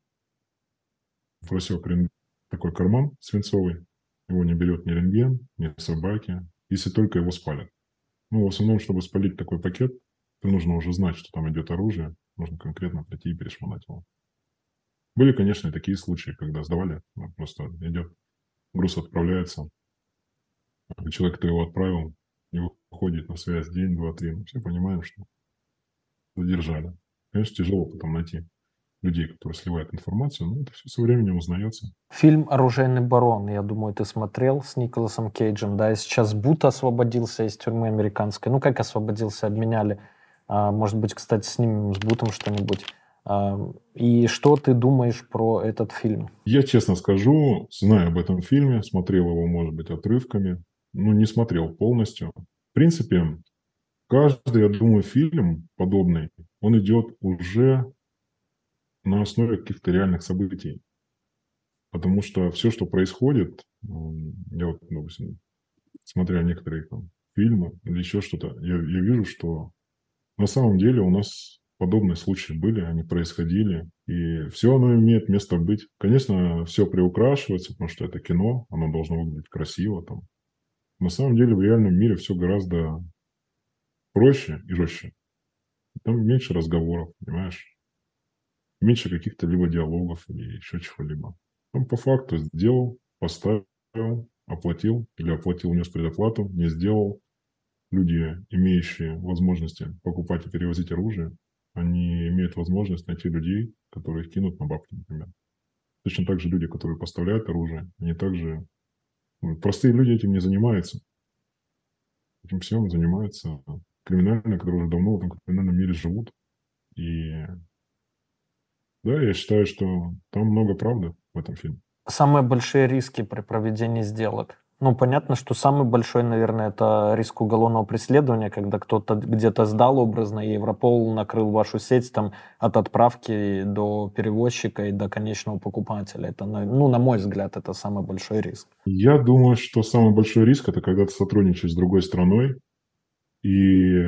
просек такой карман свинцовый, его не берет ни рентген, ни собаки, если только его спалят. Ну, в основном, чтобы спалить такой пакет, то нужно уже знать, что там идет оружие, нужно конкретно прийти и перешмонать его. Были, конечно, и такие случаи, когда сдавали, ну, просто идет, груз отправляется, человек, кто его отправил, не выходит на связь день, два, три. Мы все понимаем, что задержали. Конечно, тяжело потом найти людей, которые сливают информацию, но это все со временем узнается. Фильм «Оружейный барон», я думаю, ты смотрел с Николасом Кейджем, да, и сейчас Бут освободился из тюрьмы американской. Ну, как освободился, обменяли. А, может быть, кстати, снимем с Бутом что-нибудь. А, и что ты думаешь про этот фильм? Я честно скажу, знаю об этом фильме, смотрел его, может быть, отрывками, но не смотрел полностью. В принципе, каждый, я думаю, фильм подобный, он идет уже на основе каких-то реальных событий. Потому что все, что происходит, я вот, допустим, смотря некоторые там, фильмы или еще что-то, я, я вижу, что на самом деле у нас подобные случаи были, они происходили, и все оно имеет место быть. Конечно, все приукрашивается, потому что это кино, оно должно выглядеть красиво. Там. На самом деле в реальном мире все гораздо проще и жестче. Там меньше разговоров, понимаешь? Меньше каких-то либо диалогов или еще чего-либо. Там по факту сделал, поставил, оплатил или оплатил, внес предоплату, не сделал. Люди, имеющие возможности покупать и перевозить оружие, они имеют возможность найти людей, которые их кинут на бабки, например. Точно так же люди, которые поставляют оружие, они также... Ну, простые люди этим не занимаются. Этим всем занимаются криминальные, которые уже давно в этом криминальном мире живут. И да, я считаю, что там много правды в этом фильме. Самые большие риски при проведении сделок? Ну, понятно, что самый большой, наверное, это риск уголовного преследования, когда кто-то где-то сдал образно, и Европол накрыл вашу сеть там от отправки до перевозчика и до конечного покупателя. Это, ну, на мой взгляд, это самый большой риск. Я думаю, что самый большой риск – это когда ты сотрудничаешь с другой страной, и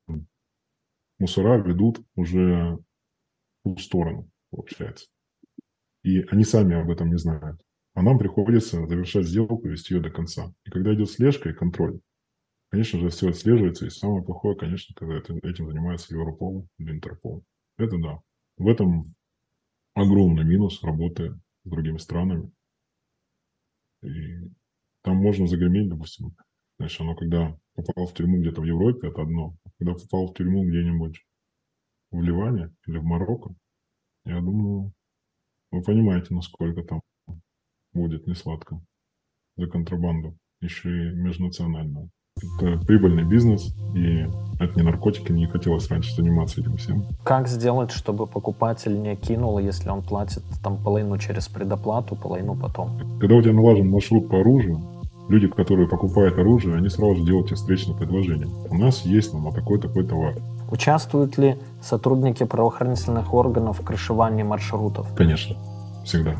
мусора ведут уже в ту сторону, получается. И они сами об этом не знают. А нам приходится завершать сделку, вести ее до конца. И когда идет слежка и контроль, конечно же, все отслеживается. И самое плохое, конечно, когда этим занимается Европол или Интерпол. Это да. В этом огромный минус работы с другими странами. И там можно загреметь, допустим. Знаешь, оно когда попало в тюрьму где-то в Европе, это одно. А когда попало в тюрьму где-нибудь в Ливане или в Марокко, я думаю, вы понимаете, насколько там будет несладко за контрабанду, еще и межнациональную. Это прибыльный бизнес, и это не наркотики, не хотелось раньше заниматься этим всем. Как сделать, чтобы покупатель не кинул, если он платит там половину через предоплату, половину потом? Когда у тебя налажен маршрут по оружию, люди, которые покупают оружие, они сразу же делают тебе встречное предложение. У нас есть нам такой-такой товар. Участвуют ли сотрудники правоохранительных органов в крышевании маршрутов? Конечно, всегда.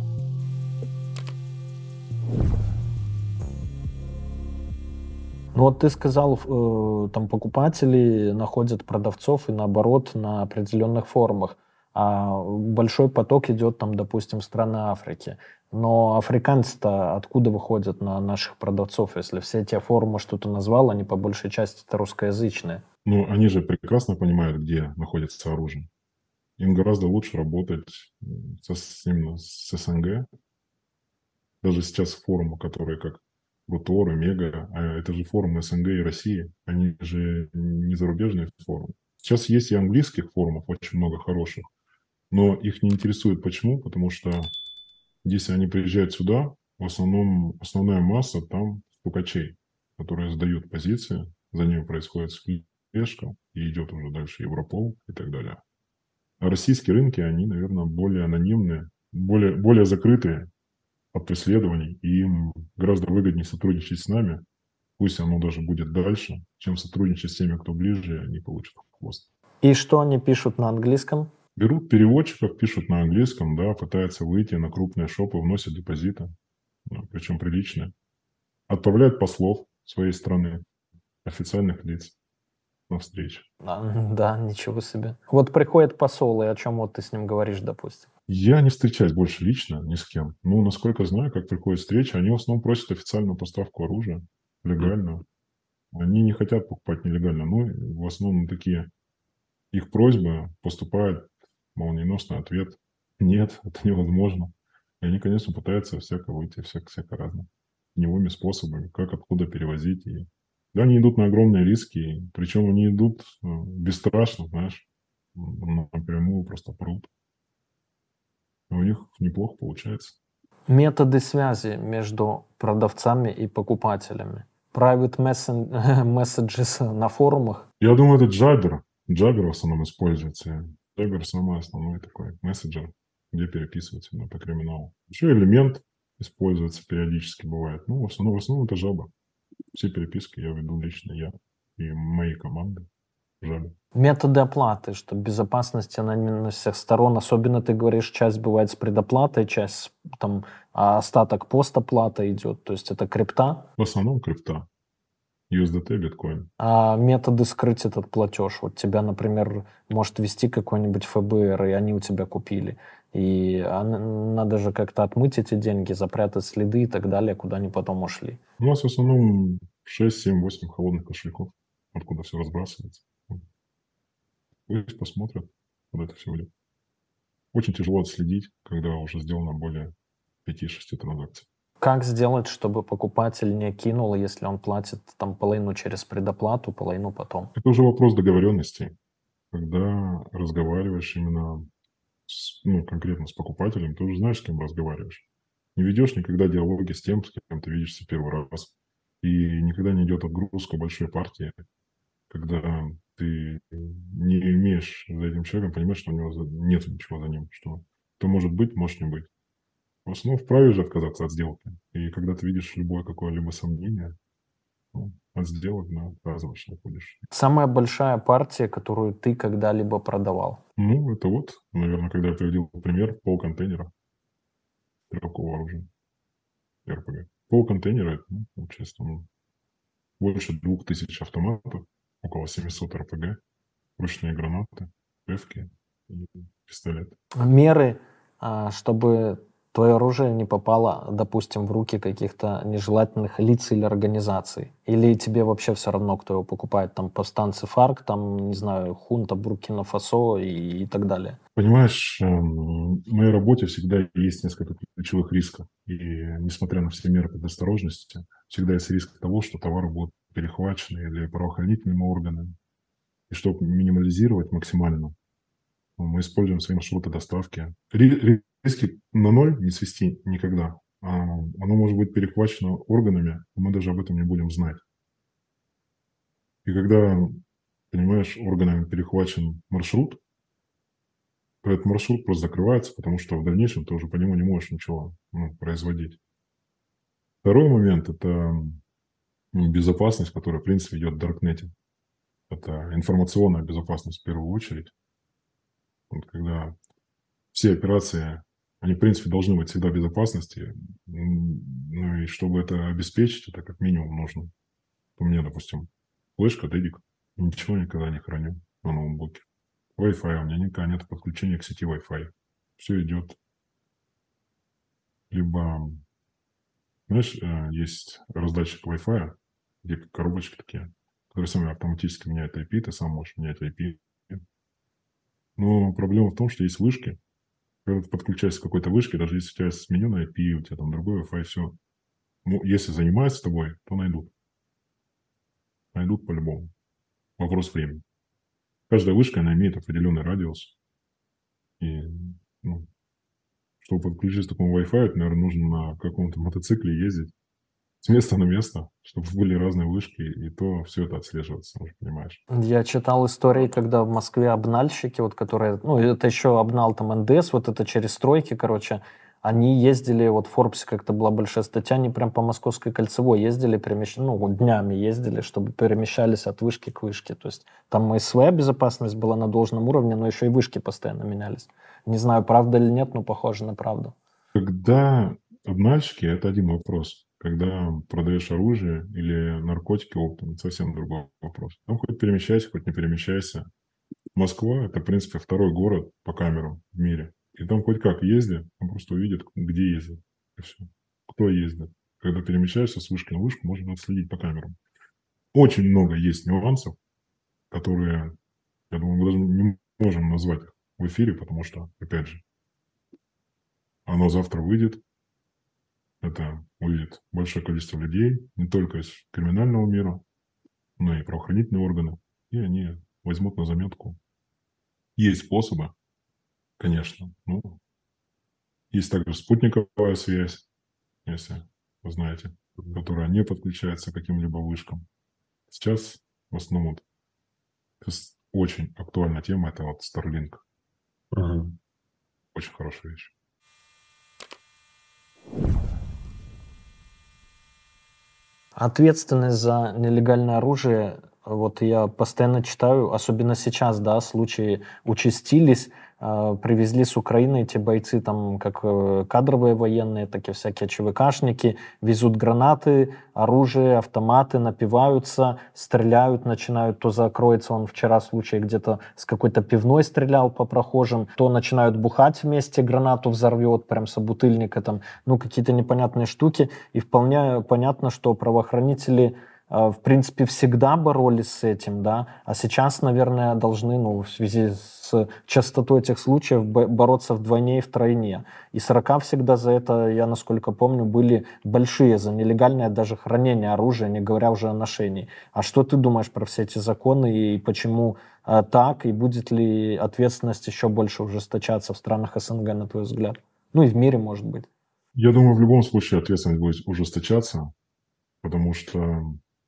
Ну вот ты сказал, э, там покупатели находят продавцов и наоборот на определенных форумах, а большой поток идет там, допустим, в страны Африки. Но африканцы-то откуда выходят на наших продавцов, если все те форумы, что ты назвал, они по большей части это русскоязычные? Ну, они же прекрасно понимают, где находится оружие. Им гораздо лучше работать с, именно с СНГ. Даже сейчас форумы, которые как Рутор и Мега, а это же форумы СНГ и России, они же не зарубежные форумы. Сейчас есть и английских форумов очень много хороших, но их не интересует. Почему? Потому что если они приезжают сюда, в основном основная масса там стукачей, которые сдают позиции, за ними происходит слежка и идет уже дальше Европол и так далее. А российские рынки, они, наверное, более анонимные, более, более закрытые от преследований, и им гораздо выгоднее сотрудничать с нами, пусть оно даже будет дальше, чем сотрудничать с теми, кто ближе, и они получат хвост. И что они пишут на английском? Берут переводчиков, пишут на английском, да, пытаются выйти на крупные шопы, вносят депозиты, да, причем приличные. Отправляют послов своей страны, официальных лиц на встречи. А, да, ничего себе. Вот приходит посол, и о чем вот ты с ним говоришь, допустим? Я не встречаюсь больше лично ни с кем. Ну, насколько знаю, как приходит встреча, они в основном просят официальную поставку оружия, легальную. Они не хотят покупать нелегально, но в основном такие их просьбы поступает молниеносный ответ. Нет, это невозможно. И они, конечно, пытаются всяко выйти, всяко, всяко разно. Теневыми способами, как откуда перевозить. И... Да, они идут на огромные риски, причем они идут бесстрашно, знаешь, напрямую просто прут. У них неплохо получается. Методы связи между продавцами и покупателями. Private messages на форумах. Я думаю, это Jabber. Jabber в основном используется. Jabber самый основной такой мессенджер, где переписываются именно по криминалу. Еще элемент используется периодически, бывает. Ну, в основном, в основном это Jabber. Все переписки я веду лично я и мои команды. Jabber. Методы оплаты, чтобы безопасность и анонимность всех сторон. Особенно, ты говоришь, часть бывает с предоплатой, часть там, а остаток постоплата идет. То есть это крипта. В основном крипта. ю эс ди ти, биткоин. А методы скрыть этот платеж. Вот тебя, например, может вести какой-нибудь эф бэ эр, и они у тебя купили. И надо же как-то отмыть эти деньги, запрятать следы и так далее, куда они потом ушли. У нас в основном шесть, семь, восемь холодных кошельков, откуда все разбрасывается. Пусть посмотрят, куда это все идет. Очень тяжело отследить, когда уже сделано более пяти-шести транзакций. Как сделать, чтобы покупатель не кинул, если он платит там половину через предоплату, половину потом? Это уже вопрос договоренности. Когда разговариваешь именно с, ну, конкретно с покупателем, ты уже знаешь, с кем разговариваешь. Не ведешь никогда диалоги с тем, с кем ты видишься первый раз. И никогда не идет отгрузка большой партии, когда ты не имеешь за этим человеком, понимаешь, что у него нет ничего за ним, что это может быть, может не быть. В основном вправе же отказаться от сделки. И когда ты видишь любое какое-либо сомнение, ну, от сделок, да, отказываешься, уходишь. Самая большая партия, которую ты когда-либо продавал? Ну, это вот, наверное, когда я приводил пример, полконтейнера стрелкового оружия, эр пэ гэ. Полконтейнера, это, ну, получается, там больше двух тысяч автоматов, около семьсот эр пэ гэ, ручные гранаты, эфки и пистолеты. Меры, чтобы твое оружие не попало, допустим, в руки каких-то нежелательных лиц или организаций? Или тебе вообще все равно, кто его покупает? Там повстанцы ФАРК, там, не знаю, хунта Буркина-Фасо и, и так далее. Понимаешь, в моей работе всегда есть несколько ключевых рисков. И несмотря на все меры предосторожности, всегда есть риск того, что товары будут перехвачены или правоохранительными органами. И чтобы минимализировать максимально, мы используем свои маршруты доставки. Риски на ноль не свести никогда. А оно может быть перехвачено органами, и мы даже об этом не будем знать. И когда, понимаешь, органами перехвачен маршрут, то этот маршрут просто закрывается, потому что в дальнейшем ты уже по нему не можешь ничего, ну, производить. Второй момент – это безопасность, которая, в принципе, идет в Даркнете. Это информационная безопасность в первую очередь. Вот когда все операции, они, в принципе, должны быть всегда в безопасности. Ну и чтобы это обеспечить, это как минимум нужно. У меня, допустим, флешка, дедик, ничего никогда не храню на ноутбуке. Wi-Fi у меня никогда нет подключения к сети Wi-Fi. Все идет. Либо, знаешь, есть раздатчик Wi-Fi, где коробочки такие, которые сами автоматически меняют ай пи, ты сам можешь менять ай пи. Но проблема в том, что есть вышки. Когда ты подключаешься к какой-то вышке, даже если у тебя смененный ай пи, у тебя там другой Wi-Fi, все. Ну, если занимаются с тобой, то найдут. Найдут по-любому. Вопрос времени. Каждая вышка, она имеет определенный радиус. И, ну, чтобы подключиться к такому Wi-Fi, это, наверное, нужно на каком-то мотоцикле ездить с места на место, чтобы были разные вышки, и то все это отслеживается, уже понимаешь. Я читал истории, когда в Москве обнальщики, вот которые, ну, это еще обнал там эн дэ эс, вот это через стройки, короче, они ездили, вот в Форбсе как-то была большая статья, они прям по Московской кольцевой ездили, перемещ... ну, днями ездили, чтобы перемещались от вышки к вышке. То есть там и своя безопасность была на должном уровне, но еще и вышки постоянно менялись. Не знаю, правда или нет, но похоже на правду. Когда обнальщики, это один вопрос. Когда продаешь оружие или наркотики оптом, это совсем другой вопрос. Там хоть перемещайся, хоть не перемещайся. Москва – это, в принципе, второй город по камерам в мире. И там хоть как езди, он просто увидит, где ездит. И все. Кто ездит. Когда перемещаешься с вышки на вышку, можно отследить по камерам. Очень много есть нюансов, которые, я думаю, мы даже не можем назвать их в эфире, потому что, опять же, оно завтра выйдет. Это увидит большое количество людей, не только из криминального мира, но и правоохранительные органы. И они возьмут на заметку. Есть способы, конечно. Ну, есть также спутниковая связь, если вы знаете, которая не подключается к каким-либо вышкам. Сейчас в основном очень актуальная тема – это вот Starlink. Угу. Очень хорошая вещь. Ответственность за нелегальное оружие, вот я постоянно читаю, особенно сейчас, да, случаи участились, э, привезли с Украины эти бойцы, там, как э, кадровые военные, так и всякие ЧВКшники, везут гранаты, оружие, автоматы, напиваются, стреляют, начинают, то закроется, он вчера случай где-то с какой-то пивной стрелял по прохожим, то начинают бухать вместе, гранату взорвет, прям собутыльника, там, ну, какие-то непонятные штуки, и вполне понятно, что правоохранители в принципе, всегда боролись с этим, да, а сейчас, наверное, должны, ну, в связи с частотой этих случаев бороться вдвойне и втройне. И сорока всегда за это, я насколько помню, были большие за нелегальное даже хранение оружия, не говоря уже о ношении. А что ты думаешь про все эти законы и почему а, так, и будет ли ответственность еще больше ужесточаться в странах эс эн гэ, на твой взгляд? Ну и в мире, может быть. Я думаю, в любом случае ответственность будет ужесточаться, потому что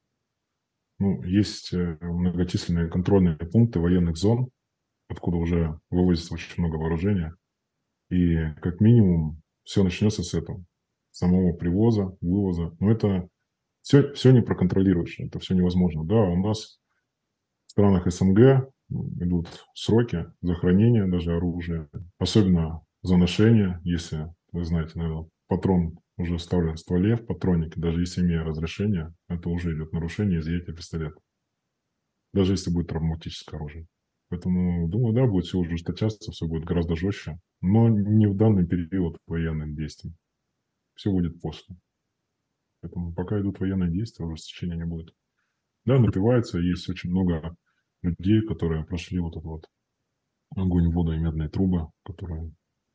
ну, есть многочисленные контрольные пункты военных зон, откуда уже вывозится очень много вооружения. И как минимум все начнется с этого. Самого привоза, вывоза. Но это все, все не проконтролируешь, это все невозможно. Да, у нас в странах эс эн гэ идут сроки за хранение даже оружия. Особенно за ношение, если, вы знаете, наверное, патрон уже вставлен в стволе, в патроннике, даже если имея разрешение, это уже идет нарушение изъятия пистолета. Даже если будет травматическое оружие. Поэтому, думаю, да, будет все ужесточаться, все будет гораздо жестче, но не в данный период военных действий. Все будет после. Поэтому пока идут военные действия, ужесточения не будет. Да, напивается, есть очень много людей, которые прошли вот этот вот огонь, воду и медные трубы, которые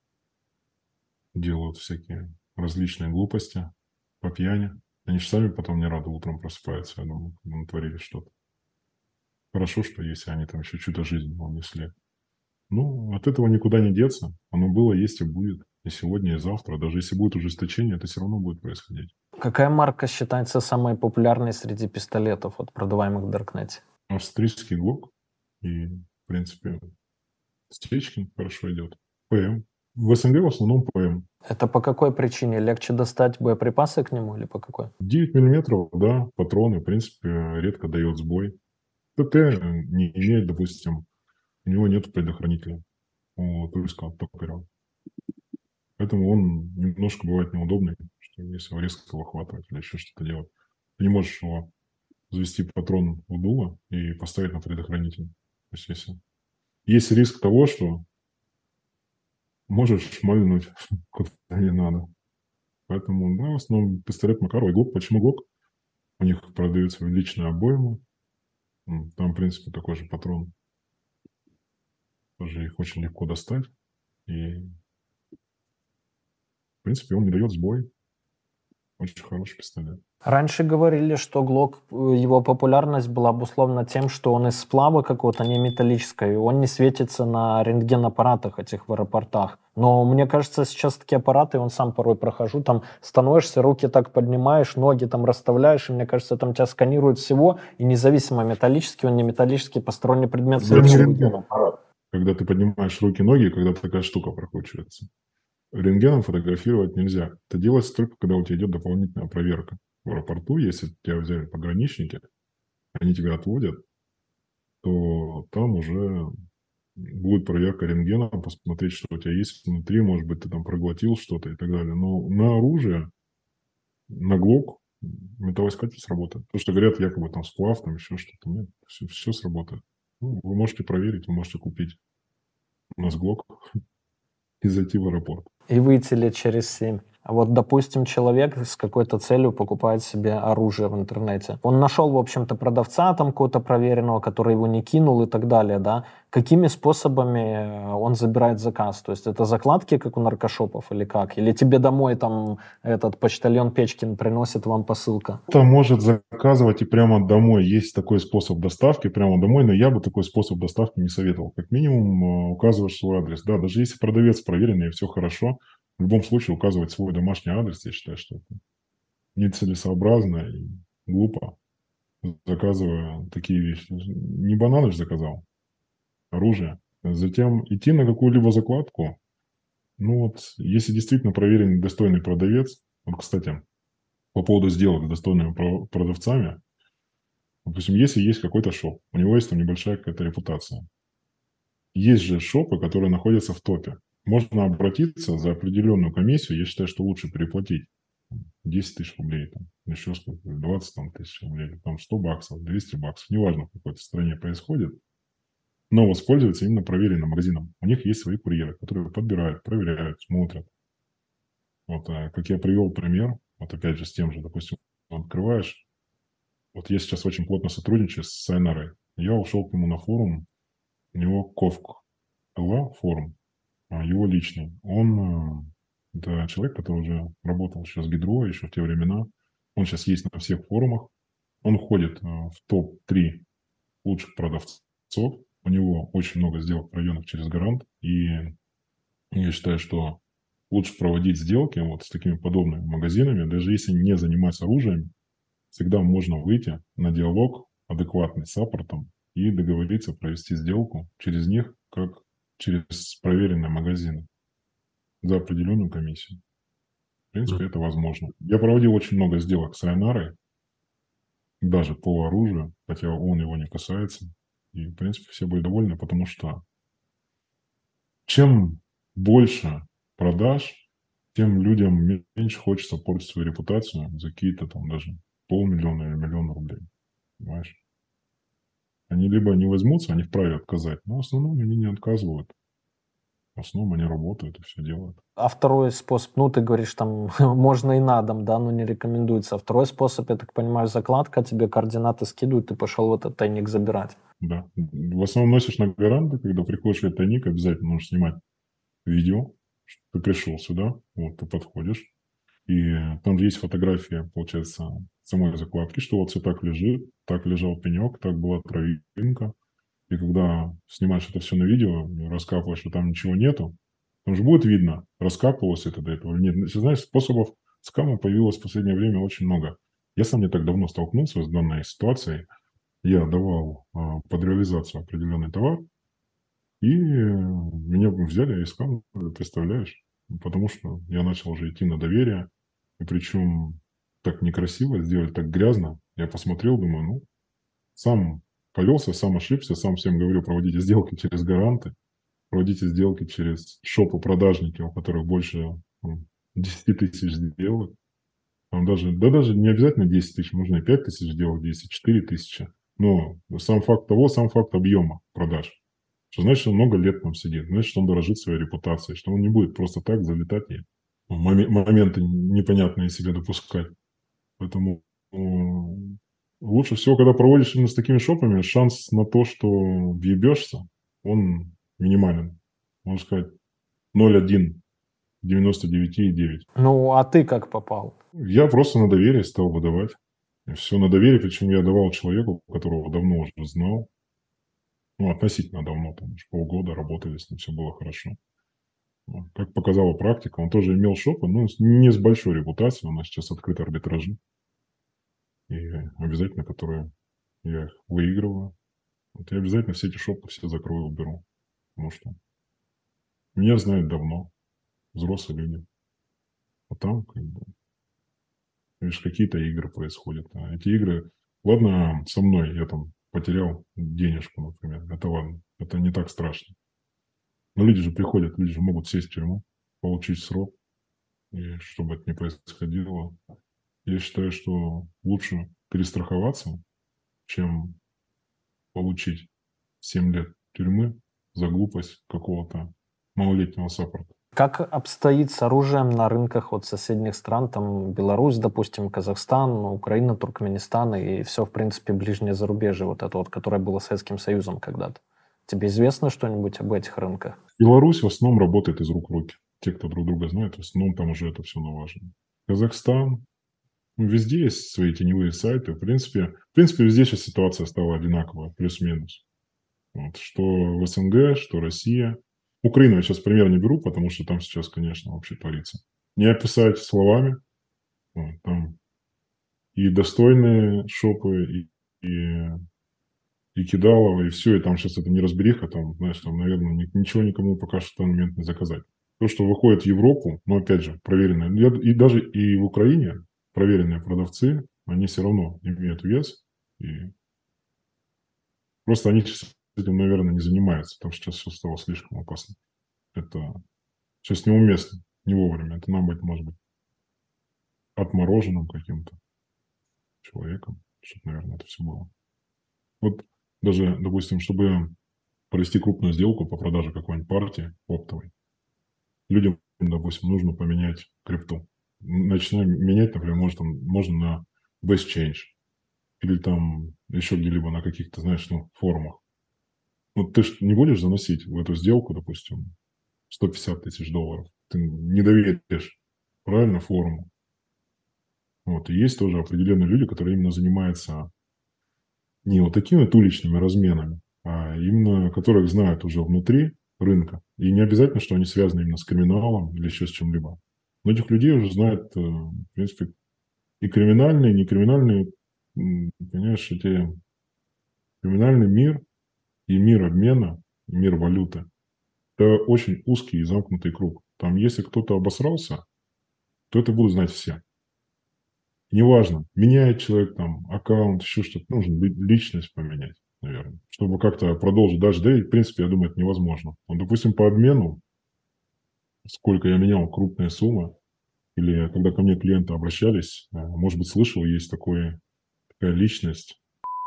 делают всякие различные глупости по пьяни. Они же сами потом не рады утром просыпаются, я думаю, когда натворили что-то. Хорошо, что если они там еще чудо жизни унесли. Ну, от этого никуда не деться. Оно было, есть и будет. И сегодня, и завтра. Даже если будет ужесточение, это все равно будет происходить. Какая марка считается самой популярной среди пистолетов, вот, продаваемых в Даркнете? Австрийский ГЛОК и, в принципе, Стечкин хорошо идет. ПМ. В СНГ в основном ПМ. Это по какой причине? Легче достать боеприпасы к нему или по какой? девять миллиметров, да, патроны, в принципе, редко дает сбой. ТТ не имеет, допустим, у него нет предохранителя у турецкого топера. Поэтому он немножко бывает неудобный, что если его резко выхватывать или еще что-то делать. Ты не можешь его завести патрон в дуло и поставить на предохранитель. То есть, если есть риск того, что можешь шмальнуть куда не надо. Поэтому, да, в основном пистолет Макарова и ГЛОК. Почему ГЛОК? У них продаются личные обоймы. Там, в принципе, такой же патрон. Тоже их очень легко достать. И, в принципе, он не дает сбой. Очень хороший пистолет. Раньше говорили, что ГЛОК, его популярность была обусловлена тем, что он из сплава какого-то, не металлического, и он не светится на рентген-аппаратах этих в аэропортах. Но мне кажется, сейчас такие аппараты, он сам порой прохожу, там становишься, руки так поднимаешь, ноги там расставляешь, и мне кажется, там тебя сканируют всего, и независимо металлический, он не металлический, посторонний предмет. Это не рентген-аппарат. Когда ты поднимаешь руки, ноги, когда такая штука прокручивается. Рентгеном фотографировать нельзя. Это делается только, когда у тебя идет дополнительная проверка. В аэропорту, если тебя взяли пограничники, они тебя отводят, то там уже будет проверка рентгеном, посмотреть, что у тебя есть внутри, может быть, ты там проглотил что-то и так далее. Но на оружие, на ГЛОК металлоискатель сработает. То, что говорят, якобы там сплав, там еще что-то. Нет, все, все сработает. Ну, вы можете проверить, вы можете купить у нас ГЛОК и зайти в аэропорт. И выйти лет через семь. А вот, допустим, человек с какой-то целью покупает себе оружие в интернете. Он нашел, в общем-то, продавца там какого-то проверенного, который его не кинул и так далее, да. Какими способами он забирает заказ? То есть это закладки, как у наркошопов, или как? Или тебе домой там этот почтальон Печкин приносит вам посылка? Кто-то может заказывать и прямо домой. Есть такой способ доставки прямо домой, но я бы такой способ доставки не советовал. Как минимум указываешь свой адрес. Да, даже если продавец проверенный и все хорошо, в любом случае указывать свой домашний адрес, я считаю, что это нецелесообразно и глупо, заказывая такие вещи. Не бананы же заказал, оружие. Затем идти на какую-либо закладку. Ну вот, если действительно проверенный, достойный продавец, вот, кстати, по поводу сделок с достойными продавцами, допустим, если есть какой-то шоп, у него есть там небольшая какая-то репутация. Есть же шопы, которые находятся в топе. Можно обратиться за определенную комиссию. Я считаю, что лучше переплатить десять тысяч рублей, там, еще сколько, двадцать там, тысяч рублей, там сто баксов, двести баксов, неважно, в какой-то стране происходит, но воспользоваться именно проверенным магазином. У них есть свои курьеры, которые подбирают, проверяют, смотрят. Вот, как я привел пример, вот опять же с тем же, допустим, открываешь, вот я сейчас очень плотно сотрудничаю с Сайнарой. Я ушел к нему на форум, у него Ковк ЛА форум, его личный. Он, это человек, который уже работал сейчас с Гидро, еще в те времена. Он сейчас есть на всех форумах. Он входит в топ три лучших продавцов. У него очень много сделок проведенных через Гарант. И я считаю, что лучше проводить сделки вот с такими подобными магазинами, даже если не заниматься оружием, всегда можно выйти на диалог адекватный с саппортом и договориться провести сделку через них, как через проверенные магазины за определенную комиссию. В принципе, mm. это возможно. Я проводил очень много сделок с Айнарой, даже по оружию, хотя он его не касается. И, в принципе, все были довольны, потому что чем больше продаж, тем людям меньше хочется портить свою репутацию за какие-то там даже полмиллиона или миллион рублей. Понимаешь? Они либо не возьмутся, они вправе отказать, но в основном они не отказывают. В основном они работают и все делают. А второй способ, ну, ты говоришь, там, можно и на дом, да, но не рекомендуется. А второй способ, я так понимаю, закладка, тебе координаты скидывают, ты пошел в этот тайник забирать. Да. В основном носишь на гаранты, когда приходишь в этот тайник, обязательно нужно снимать видео, что ты пришел сюда, вот ты подходишь, и там же есть фотография, получается, самой закладки, что вот все так лежит, так лежал пенек, так была травинка. И когда снимаешь это все на видео, раскапываешь, что там ничего нету, там же будет видно, раскапывалось это до этого или нет. Если знаешь, способов скама появилось в последнее время очень много. Я сам не так давно столкнулся с данной ситуацией. я давал а, под реализацию определенный товар, и меня взяли и сканули, представляешь? Потому что я начал уже идти на доверие, и причем так некрасиво сделали, так грязно. Я посмотрел, думаю, ну, сам повелся, сам ошибся, сам всем говорю, проводите сделки через гаранты, проводите сделки через шопы-продажники, у которых больше м, десять тысяч сделок. Там даже, да даже не обязательно десять тысяч, можно и пять тысяч сделать, десять, четыре тысячи. Но сам факт того, сам факт объема продаж, что значит, он много лет там сидит, значит, он дорожит своей репутацией, что он не будет просто так залетать и моме- моменты непонятные себе допускать. Поэтому э, лучше всего, когда проводишь именно с такими шопами, шанс на то, что въебешься, он минимален. Можно сказать, ноль целых одна десятая, девяносто девять целых девять десятых. Ну, а ты как попал? Я просто на доверие стал выдавать. Все на доверие, причем я давал человеку, которого давно уже знал. Ну, относительно давно, там, уж полгода работали с ним, все было хорошо. Вот. Как показала практика, он тоже имел шопы, но с- не с большой репутацией, у нас сейчас открыты арбитражи, и обязательно, которые я их выигрываю. Вот я обязательно все эти шопы все закрою, уберу, потому что меня знают давно, взрослые люди. А там, как бы, видишь, какие-то игры происходят. А эти игры, ладно, со мной я там потерял денежку, например, это ладно, это не так страшно. Но люди же приходят, люди же могут сесть в тюрьму, получить срок, и чтобы это не происходило. Я считаю, что лучше перестраховаться, чем получить семь лет тюрьмы за глупость какого-то малолетнего саппорта. Как обстоит с оружием на рынках вот соседних стран, там Беларусь, допустим, Казахстан, Украина, Туркменистан и все, в принципе, ближнее зарубежье, вот это вот, которое было Советским Союзом когда-то. Тебе известно что-нибудь об этих рынках? Беларусь в основном работает из рук в руки. Те, кто друг друга знает, в основном там уже это все налажено. Казахстан, ну, везде есть свои теневые сайты. В принципе, в принципе, везде сейчас ситуация стала одинаковая, плюс-минус. Вот. Что в СНГ, что Россия. Украину я сейчас пример не беру, потому что там сейчас, конечно, вообще творится. Не описать словами. Вот. Там и достойные шопы, и, и, и кидалово, и все. И там сейчас это не разбериха. Там, знаешь, там, наверное, ни- ничего никому пока что в данный момент не заказать. То, что выходит в Европу, но опять же, проверенные. Я- И даже и в Украине проверенные продавцы, они все равно имеют вес. И просто они сейчас этим, наверное, не занимаются, потому что сейчас все стало слишком опасно. Это сейчас неуместно, не вовремя. Это нам быть, может быть, отмороженным каким-то человеком, чтобы, наверное, это все было. Вот даже, допустим, чтобы провести крупную сделку по продаже какой-нибудь партии оптовой, людям, допустим, нужно поменять крипту. Начинаем менять, например, может, там, можно на Best Change или там еще где-либо на каких-то, знаешь, ну, форумах. Вот ты же не будешь заносить в эту сделку, допустим, сто пятьдесят тысяч долларов. Ты не доверишь, правильно, форуму. Вот. И есть тоже определенные люди, которые именно занимаются не вот такими вот уличными разменами, а именно которых знают уже внутри рынка. И не обязательно, что они связаны именно с криминалом или еще с чем-либо. Но этих людей уже знают, э, в принципе, и криминальные, и некриминальные, м, понимаешь, эти криминальный мир и мир обмена, и мир валюты. Это очень узкий и замкнутый круг. Там, если кто-то обосрался, то это будут знать все. Неважно, меняет человек там аккаунт, еще что-то, нужно ли- личность поменять, наверное, чтобы как-то продолжить. Даже, да, и, в принципе, я думаю, это невозможно. Ну, допустим, по обмену, сколько я менял крупные суммы, или когда ко мне клиенты обращались, э, может быть, слышал, есть такой, такая личность.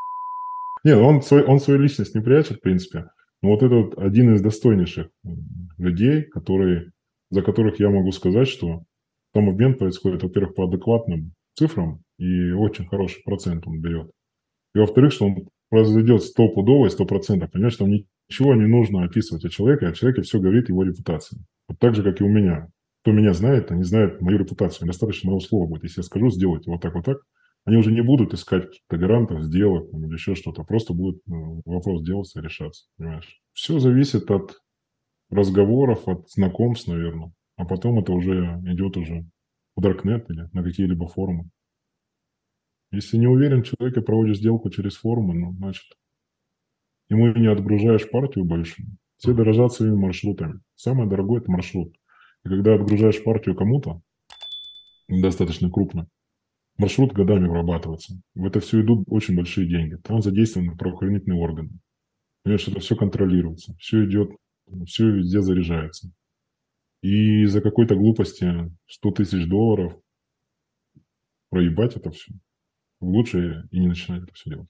Не, он, свой, он свою личность не прячет, в принципе, но вот это вот один из достойнейших м, людей, которые, за которых я могу сказать, что там обмен происходит, во-первых, по адекватным цифрам, и очень хороший процент он берет. И во-вторых, что он произойдет стопудово, сто процентов. Понимаешь, там ничего не нужно описывать о человеке, о человеке все говорит его репутация. Вот так же, как и у меня. Кто меня знает, они знают мою репутацию. Достаточно моего слова будет. Если я скажу, сделайте вот так, вот так, они уже не будут искать каких-то гарантов, сделок там, или еще что-то. Просто будет ну, вопрос делаться и решаться. Понимаешь? Все зависит от разговоров, от знакомств, наверное. А потом это уже идет уже в Даркнет или на какие-либо форумы. Если не уверен человек и проводишь сделку через форумы, ну, значит, ему не отгружаешь партию большую. Все дорожат своими маршрутами. Самое дорогое – это маршрут. И когда отгружаешь партию кому-то, достаточно крупно, маршрут годами вырабатывается. В это все идут очень большие деньги. Там задействованы правоохранительные органы. Понимаешь, это все контролируется. Все идет, все везде заряжается. И из-за какой-то глупости сто тысяч долларов проебать это все. Лучше и не начинать это все делать.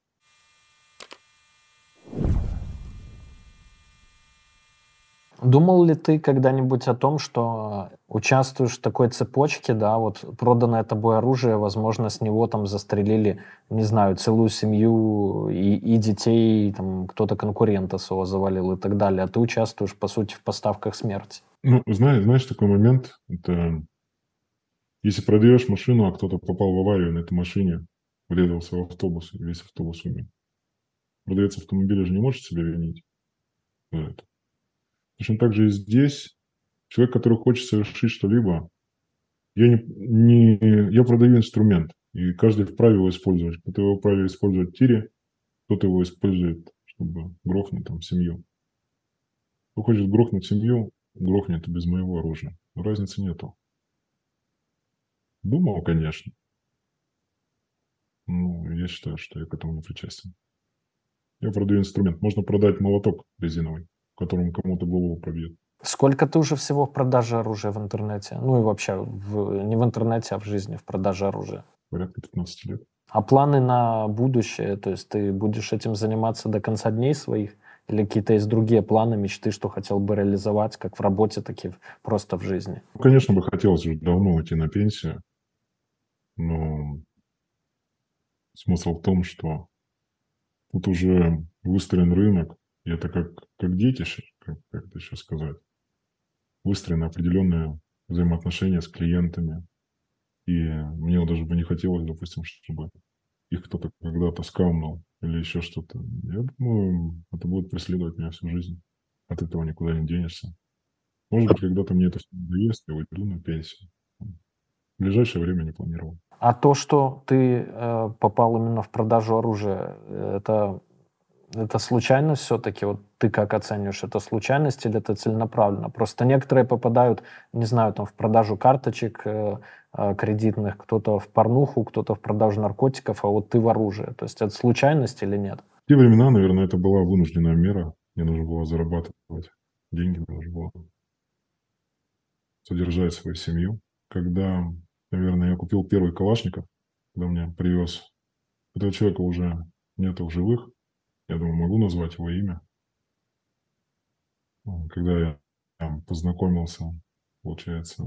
Думал ли ты когда-нибудь о том, что участвуешь в такой цепочке, да, вот проданное тобой оружие, возможно, с него там застрелили, не знаю, целую семью и, и детей, там кто-то конкурента своего завалил и так далее, а ты участвуешь, по сути, в поставках смерти? Ну, знаешь, знаешь, такой момент, это если продаешь машину, а кто-то попал в аварию на этой машине, врезался в автобус, и весь автобус умер. Продавец автомобиля же не может себя винить за это. Точно так же и здесь человек, который хочет совершить что-либо, я, не, не, я продаю инструмент, и каждый вправе его использовать. Кто-то его вправе использовать в тире, кто-то его использует, чтобы грохнуть там семью. Кто хочет грохнуть семью, грохнет и без моего оружия. Но разницы нету. Думал, конечно. Но я считаю, что я к этому не причастен. Я продаю инструмент. Можно продать молоток резиновый, которым кому-то голову пробьет. Сколько ты уже всего в продаже оружия в интернете? Ну и вообще, в, не в интернете, а в жизни, в продаже оружия. Порядка пятнадцати лет. А планы на будущее? То есть ты будешь этим заниматься до конца дней своих? Или какие-то есть другие планы, мечты, что хотел бы реализовать, как в работе, так и просто в жизни? Ну, конечно, бы хотелось уже давно уйти на пенсию, но смысл в том, что тут уже выстроен рынок, и это как, как детище, как, как это еще сказать. Выстроены определенные взаимоотношения с клиентами. И мне вот даже бы не хотелось, допустим, чтобы их кто-то когда-то скамнул или еще что-то. Я думаю, это будет преследовать меня всю жизнь. От этого никуда не денешься. Может быть, когда-то мне это все надоест, я уйду на пенсию. В ближайшее время не планировал. А то, что ты э, попал именно в продажу оружия, это, это случайность все-таки? Вот ты как оцениваешь, это случайность или это целенаправленно? Просто некоторые попадают, не знаю, там в продажу карточек э, э, кредитных, кто-то в порнуху, кто-то в продажу наркотиков, а вот ты в оружие. То есть это случайность или нет? В те времена, наверное, это была вынужденная мера. Мне нужно было зарабатывать деньги, нужно было содержать свою семью. Когда, наверное, я купил первый Калашников, когда мне привез, этого человека уже нету в живых, я думаю, могу назвать его имя. Когда я там познакомился, получается,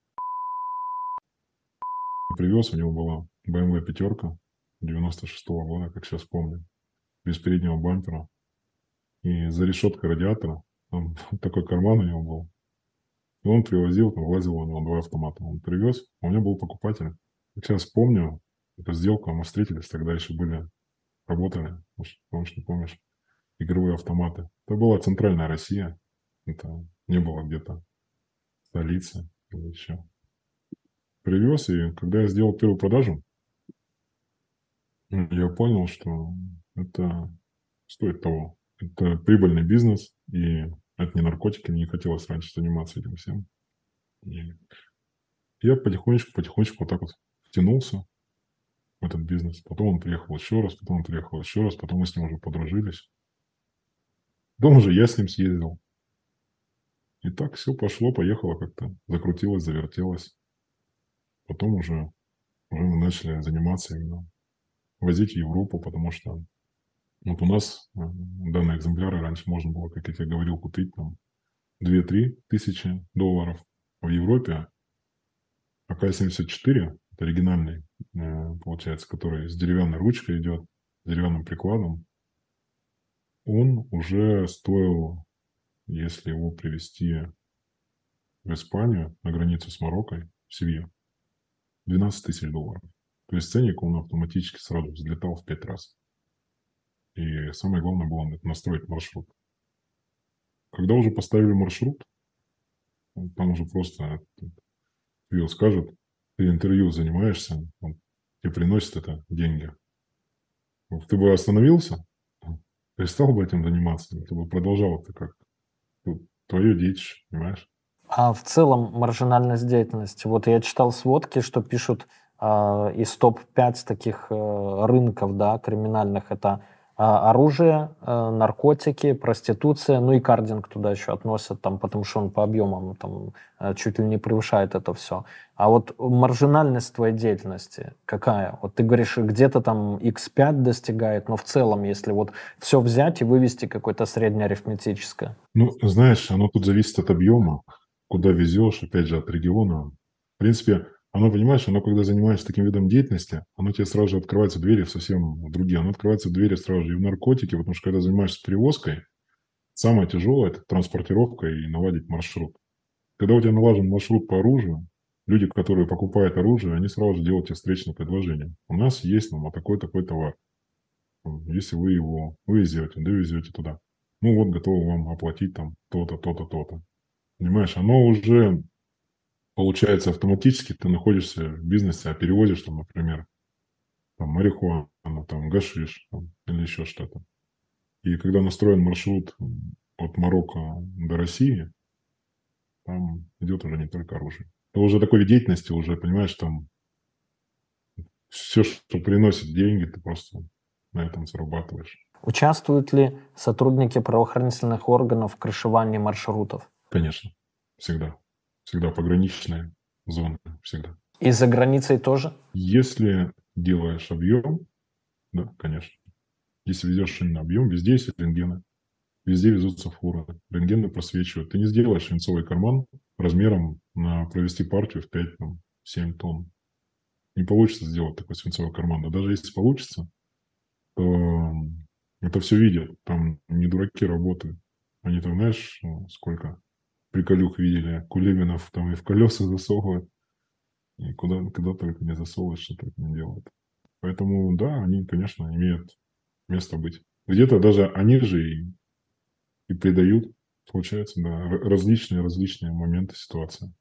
привез, у него была бэ эм вэ пятерка девяносто шестого года, как сейчас помню, без переднего бампера. И за решеткой радиатора, там такой карман у него был. И он привозил, там влазил у него два автомата. Он привез, а у меня был покупатель. Как сейчас помню, эту сделку, мы встретились, тогда еще были, работали, может, помнишь, не помнишь, игровые автоматы. Это была центральная Россия. Это не было где-то в столице или еще. Привез, и когда я сделал первую продажу, я понял, что это стоит того. Это прибыльный бизнес, и это не наркотики, мне не хотелось раньше заниматься этим всем. И я потихонечку, потихонечку вот так вот втянулся в этот бизнес. Потом он приехал еще раз, потом он приехал еще раз, потом мы с ним уже подружились. Потом уже я с ним съездил. И так все пошло, поехало как-то, закрутилось, завертелось. Потом уже, уже мы начали заниматься именно, возить в Европу, потому что вот у нас э, данные экземпляры раньше можно было, как я тебе говорил, купить там две-три тысячи долларов. В Европе а ка семьдесят четыре, это оригинальный, э, получается, который с деревянной ручкой идет, с деревянным прикладом, он уже стоил, если его привезти в Испанию, на границу с Марокко, в Севилью, двенадцать тысяч долларов. То есть ценник, он автоматически сразу взлетал в пять раз. И самое главное было настроить маршрут. Когда уже поставили маршрут, там уже просто Вилл скажет, ты интервью занимаешься, тебе приносит это деньги. Вот ты бы остановился, перестал бы этим заниматься, ты бы продолжал это как твое детище, понимаешь? А в целом маржинальность деятельности. Вот я читал сводки, что пишут э, из топ пять таких э, рынков, да, криминальных. Это э, оружие, э, наркотики, проституция, ну и кардинг туда еще относят, там, потому что он по объемам там, э, чуть ли не превышает это все. А вот маржинальность твоей деятельности какая? Вот ты говоришь, где-то там икс пять достигает, но в целом, если вот все взять и вывести какое-то среднеарифметическое. Ну, знаешь, оно тут зависит от объема, куда везешь, опять же, от региона. В принципе, оно, понимаешь, оно, когда занимаешься таким видом деятельности, оно тебе сразу же открываются двери в совсем другие. Оно открывается двери сразу же и в наркотики, потому что когда занимаешься перевозкой, самое тяжелое – это транспортировка и наладить маршрут. Когда у тебя налажен маршрут по оружию, люди, которые покупают оружие, они сразу же делают тебе встречное предложение. У нас есть ну, такой-такой товар. Если вы его вывезете, довезете туда, ну вот готовы вам оплатить там то-то, то-то, то-то. Понимаешь, оно уже получается автоматически, ты находишься в бизнесе, а перевозишь там, например, там, марихуану, там, гашиш там, или еще что-то. И когда настроен маршрут от Марокко до России, там идет уже не только оружие. Это уже такой вид деятельности, уже, понимаешь, там все, что приносит деньги, ты просто на этом зарабатываешь. Участвуют ли сотрудники правоохранительных органов в крышевании маршрутов? Конечно, всегда. Всегда пограничные зоны, всегда. И за границей тоже? Если делаешь объем, да, конечно. Если везешь именно объем, везде есть рентгены, везде везутся фуры, рентгены просвечивают. Ты не сделаешь свинцовый карман размером на провести партию в пять-семь тонн. Не получится сделать такой свинцовый карман. Да даже если получится, то это все видят. Там не дураки работают. Они там, знаешь, сколько приколюх видели. Кулибинов там и в колеса засовывают. И куда, куда только не засовывают, что только не делают. Поэтому, да, они, конечно, имеют место быть. Где-то даже они же и, и предают. Получается, да, различные-различные моменты ситуации.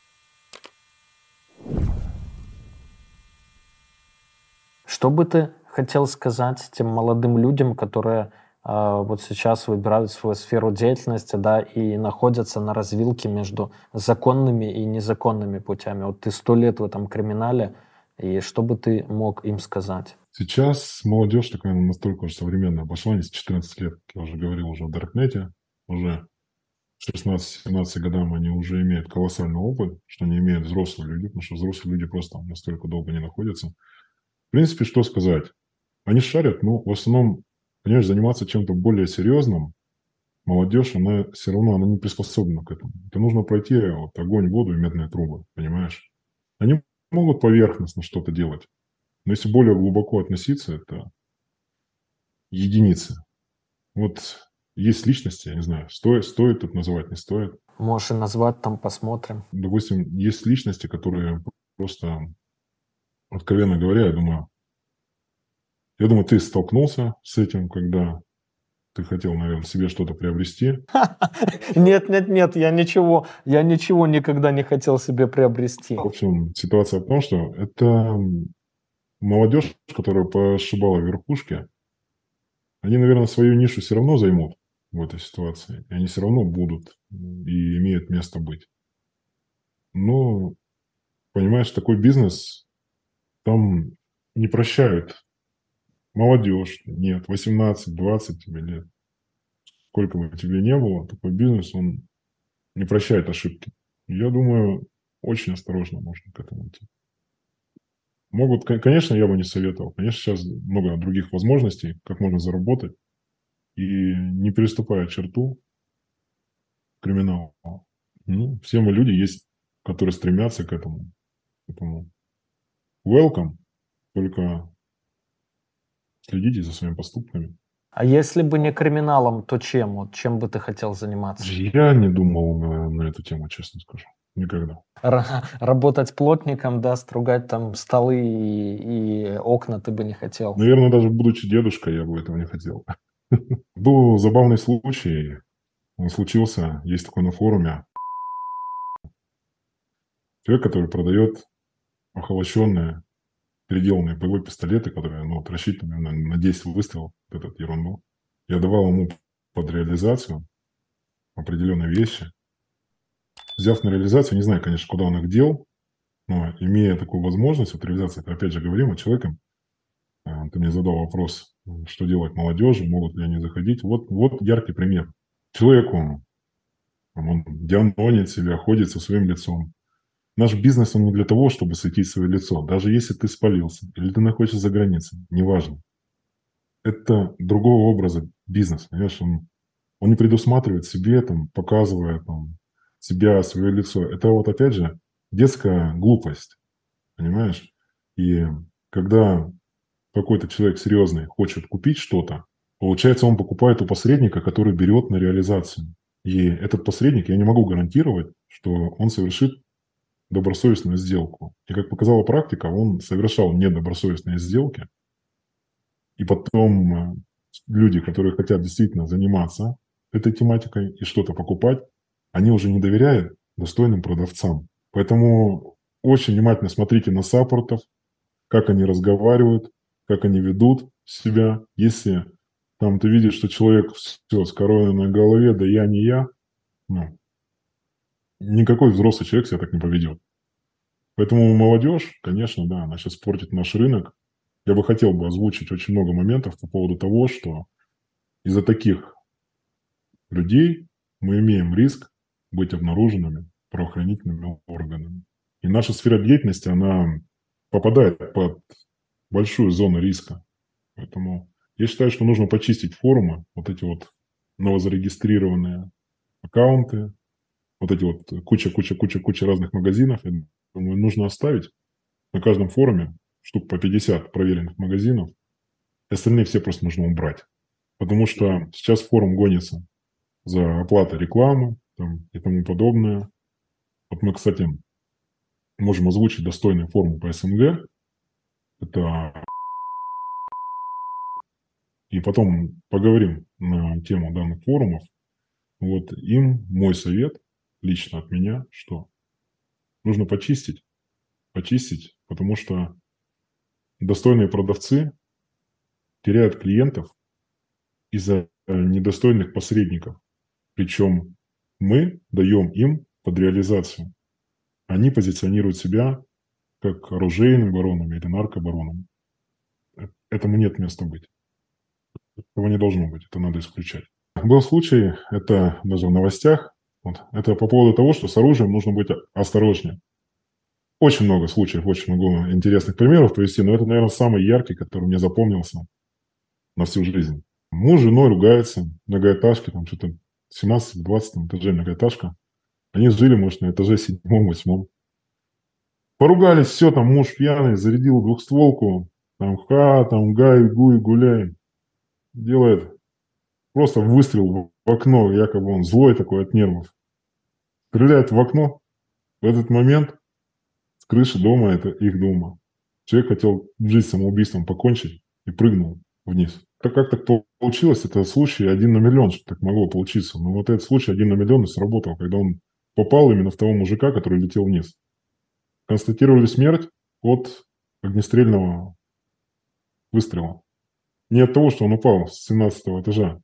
Что бы ты хотел сказать тем молодым людям, которые э, вот сейчас выбирают свою сферу деятельности, да, и находятся на развилке между законными и незаконными путями? Вот ты сто лет в этом криминале, и что бы ты мог им сказать? Сейчас молодежь такая настолько уже современная, обошла не с четырнадцати лет, как я уже говорил, уже в Даркнете, уже шестнадцать-семнадцать годам они уже имеют колоссальный опыт, что не имеют взрослые люди, потому что взрослые люди просто там настолько долго не находятся. В принципе, что сказать? Они шарят, но в основном, понимаешь, заниматься чем-то более серьезным, молодежь, она все равно она не приспособлена к этому. Это нужно пройти вот, огонь, воду и медные трубы, понимаешь? Они могут поверхностно что-то делать, но если более глубоко относиться, это единицы. Вот есть личности, я не знаю, стоит, стоит тут называть, не стоит. Можешь и назвать, там посмотрим. Допустим, есть личности, которые просто, откровенно говоря, я думаю, я думаю, ты столкнулся с этим, когда ты хотел, наверное, себе что-то приобрести. Нет, нет, нет, я ничего, я ничего никогда не хотел себе приобрести. В общем, ситуация в том, что это молодежь, которая пошибала верхушки, они, наверное, свою нишу все равно займут в этой ситуации. И они все равно будут и имеют место быть. Но, понимаешь, такой бизнес, там не прощают молодежь. Нет, восемнадцать-двадцать тебе лет. Сколько бы тебе не было, такой бизнес, он не прощает ошибки. Я думаю, очень осторожно можно к этому идти. Могут, конечно, я бы не советовал. Конечно, сейчас много других возможностей, как можно заработать. И не переступая черту криминала. Ну, все мы люди есть, которые стремятся к этому. Поэтому welcome, только следите за своими поступками. А если бы не криминалом, то чем? Вот чем бы ты хотел заниматься? Я не думал на, на эту тему, честно скажу. Никогда. Р- работать плотником, да, стругать там столы и, и окна ты бы не хотел. Наверное, даже будучи дедушкой, я бы этого не хотел. Был забавный случай. Он случился, есть такой на форуме. Человек, который продает охолощенные переделанные боевые пистолеты, которые ну, вот, рассчитаны на, на десять выстрелов, вот этот ерунду. Я давал ему под реализацию определенные вещи. Взяв на реализацию, не знаю, конечно, куда он их дел, но имея такую возможность, вот реализация, это опять же говорим о человеке, ты мне задал вопрос, что делать молодежи, могут ли они заходить. Вот, вот яркий пример. Человек, он, он дианонит себя, ходит со своим лицом. Наш бизнес, он не для того, чтобы светить свое лицо. Даже если ты спалился или ты находишься за границей, неважно. Это другого образа бизнес. Понимаешь, он, он не предусматривает себе, там, показывая там, себя, свое лицо. Это вот опять же детская глупость. Понимаешь? И когда какой-то человек серьезный хочет купить что-то, получается, он покупает у посредника, который берет на реализацию. И этот посредник, я не могу гарантировать, что он совершит добросовестную сделку. И как показала практика, он совершал недобросовестные сделки. И потом люди, которые хотят действительно заниматься этой тематикой и что-то покупать, они уже не доверяют достойным продавцам. Поэтому очень внимательно смотрите на саппортов, как они разговаривают, как они ведут себя. Если там ты видишь, что человек все с короной на голове, да я не я, ну, никакой взрослый человек себя так не поведет. Поэтому молодежь, конечно, да, она сейчас портит наш рынок. Я бы хотел бы озвучить очень много моментов по поводу того, что из-за таких людей мы имеем риск быть обнаруженными правоохранительными органами. И наша сфера деятельности, она попадает под большую зону риска. Поэтому я считаю, что нужно почистить форумы, вот эти вот новозарегистрированные аккаунты, вот эти вот куча-куча-куча-куча разных магазинов. Я думаю, нужно оставить на каждом форуме штук по пятьдесят проверенных магазинов. И остальные все просто нужно убрать. Потому что сейчас форум гонится за оплатой рекламы там, и тому подобное. Вот мы, кстати, можем озвучить достойный форум по СНГ. Это... И потом поговорим на тему данных форумов. Вот им мой совет лично от меня, что нужно почистить. Почистить, потому что достойные продавцы теряют клиентов из-за недостойных посредников. Причем мы даем им под реализацию. Они позиционируют себя как оружейными баронами или наркобаронами. Этому нет места быть. Этого не должно быть. Это надо исключать. Был случай, это даже в новостях. Вот, это по поводу того, что с оружием нужно быть осторожнее. Очень много случаев, очень много интересных примеров привести, но это, наверное, самый яркий, который мне запомнился на всю жизнь. Муж с женой ругаются, многоэтажки, там что-то семнадцать-двадцать этажей многоэтажка. Они жили, может, на этаже седьмом-восьмом. Поругались, все, там муж пьяный, зарядил двухстволку, там ха, там гай, гуй, гуляй. Делает просто выстрел в окно, якобы он злой такой от нервов. Стреляет в окно. В этот момент с крыши дома, это их дома, человек хотел жизнь самоубийством покончить и прыгнул вниз. Так как так получилось, это случай один на миллион, что так могло получиться. Но вот этот случай один на миллион и сработал, когда он попал именно в того мужика, который летел вниз. Констатировали смерть от огнестрельного выстрела. Не от того, что он упал с семнадцатого этажа.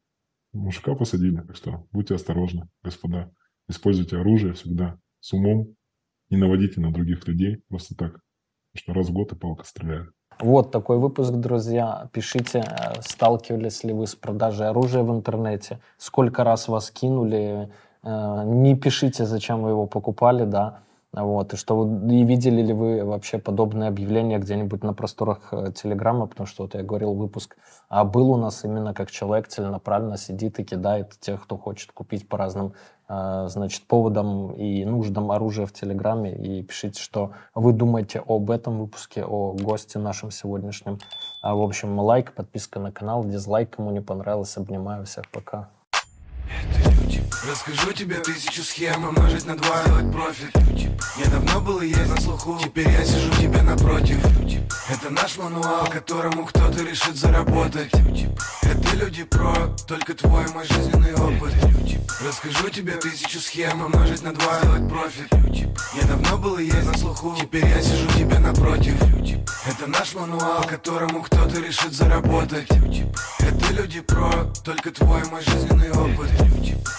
Мужика посадили. Так что будьте осторожны, господа. Используйте оружие всегда с умом. Не наводите на других людей просто так. Потому что раз в год и палка стреляет. Вот такой выпуск, друзья. Пишите, сталкивались ли вы с продажей оружия в интернете, сколько раз вас кинули. Не пишите, зачем вы его покупали, да. Вот, и что вы, и видели ли вы вообще подобные объявления где-нибудь на просторах Телеграма, потому что вот я говорил, выпуск а был у нас именно как человек целенаправленно сидит и кидает тех, кто хочет купить по разным, э, значит, поводам и нуждам оружия в Телеграме, и пишите, что вы думаете об этом выпуске, о госте нашем сегодняшнем. А, в общем, лайк, подписка на канал, дизлайк, кому не понравилось, обнимаю, всех, пока. Это люди. Расскажу тебе тысячу схем, умножить на два, сделать профит. Я давно был и есть на слуху, теперь я сижу тебе напротив. Это наш мануал, по которому кто-то решит заработать. Это люди про, только твой мой жизненный опыт. Расскажу тебе тысячу схем, умножить на два, сделать профит. Я давно был и есть на слуху, теперь я сижу тебе напротив. Это наш мануал, которому кто-то решит заработать. Это люди про, только твой мой жизненный опыт.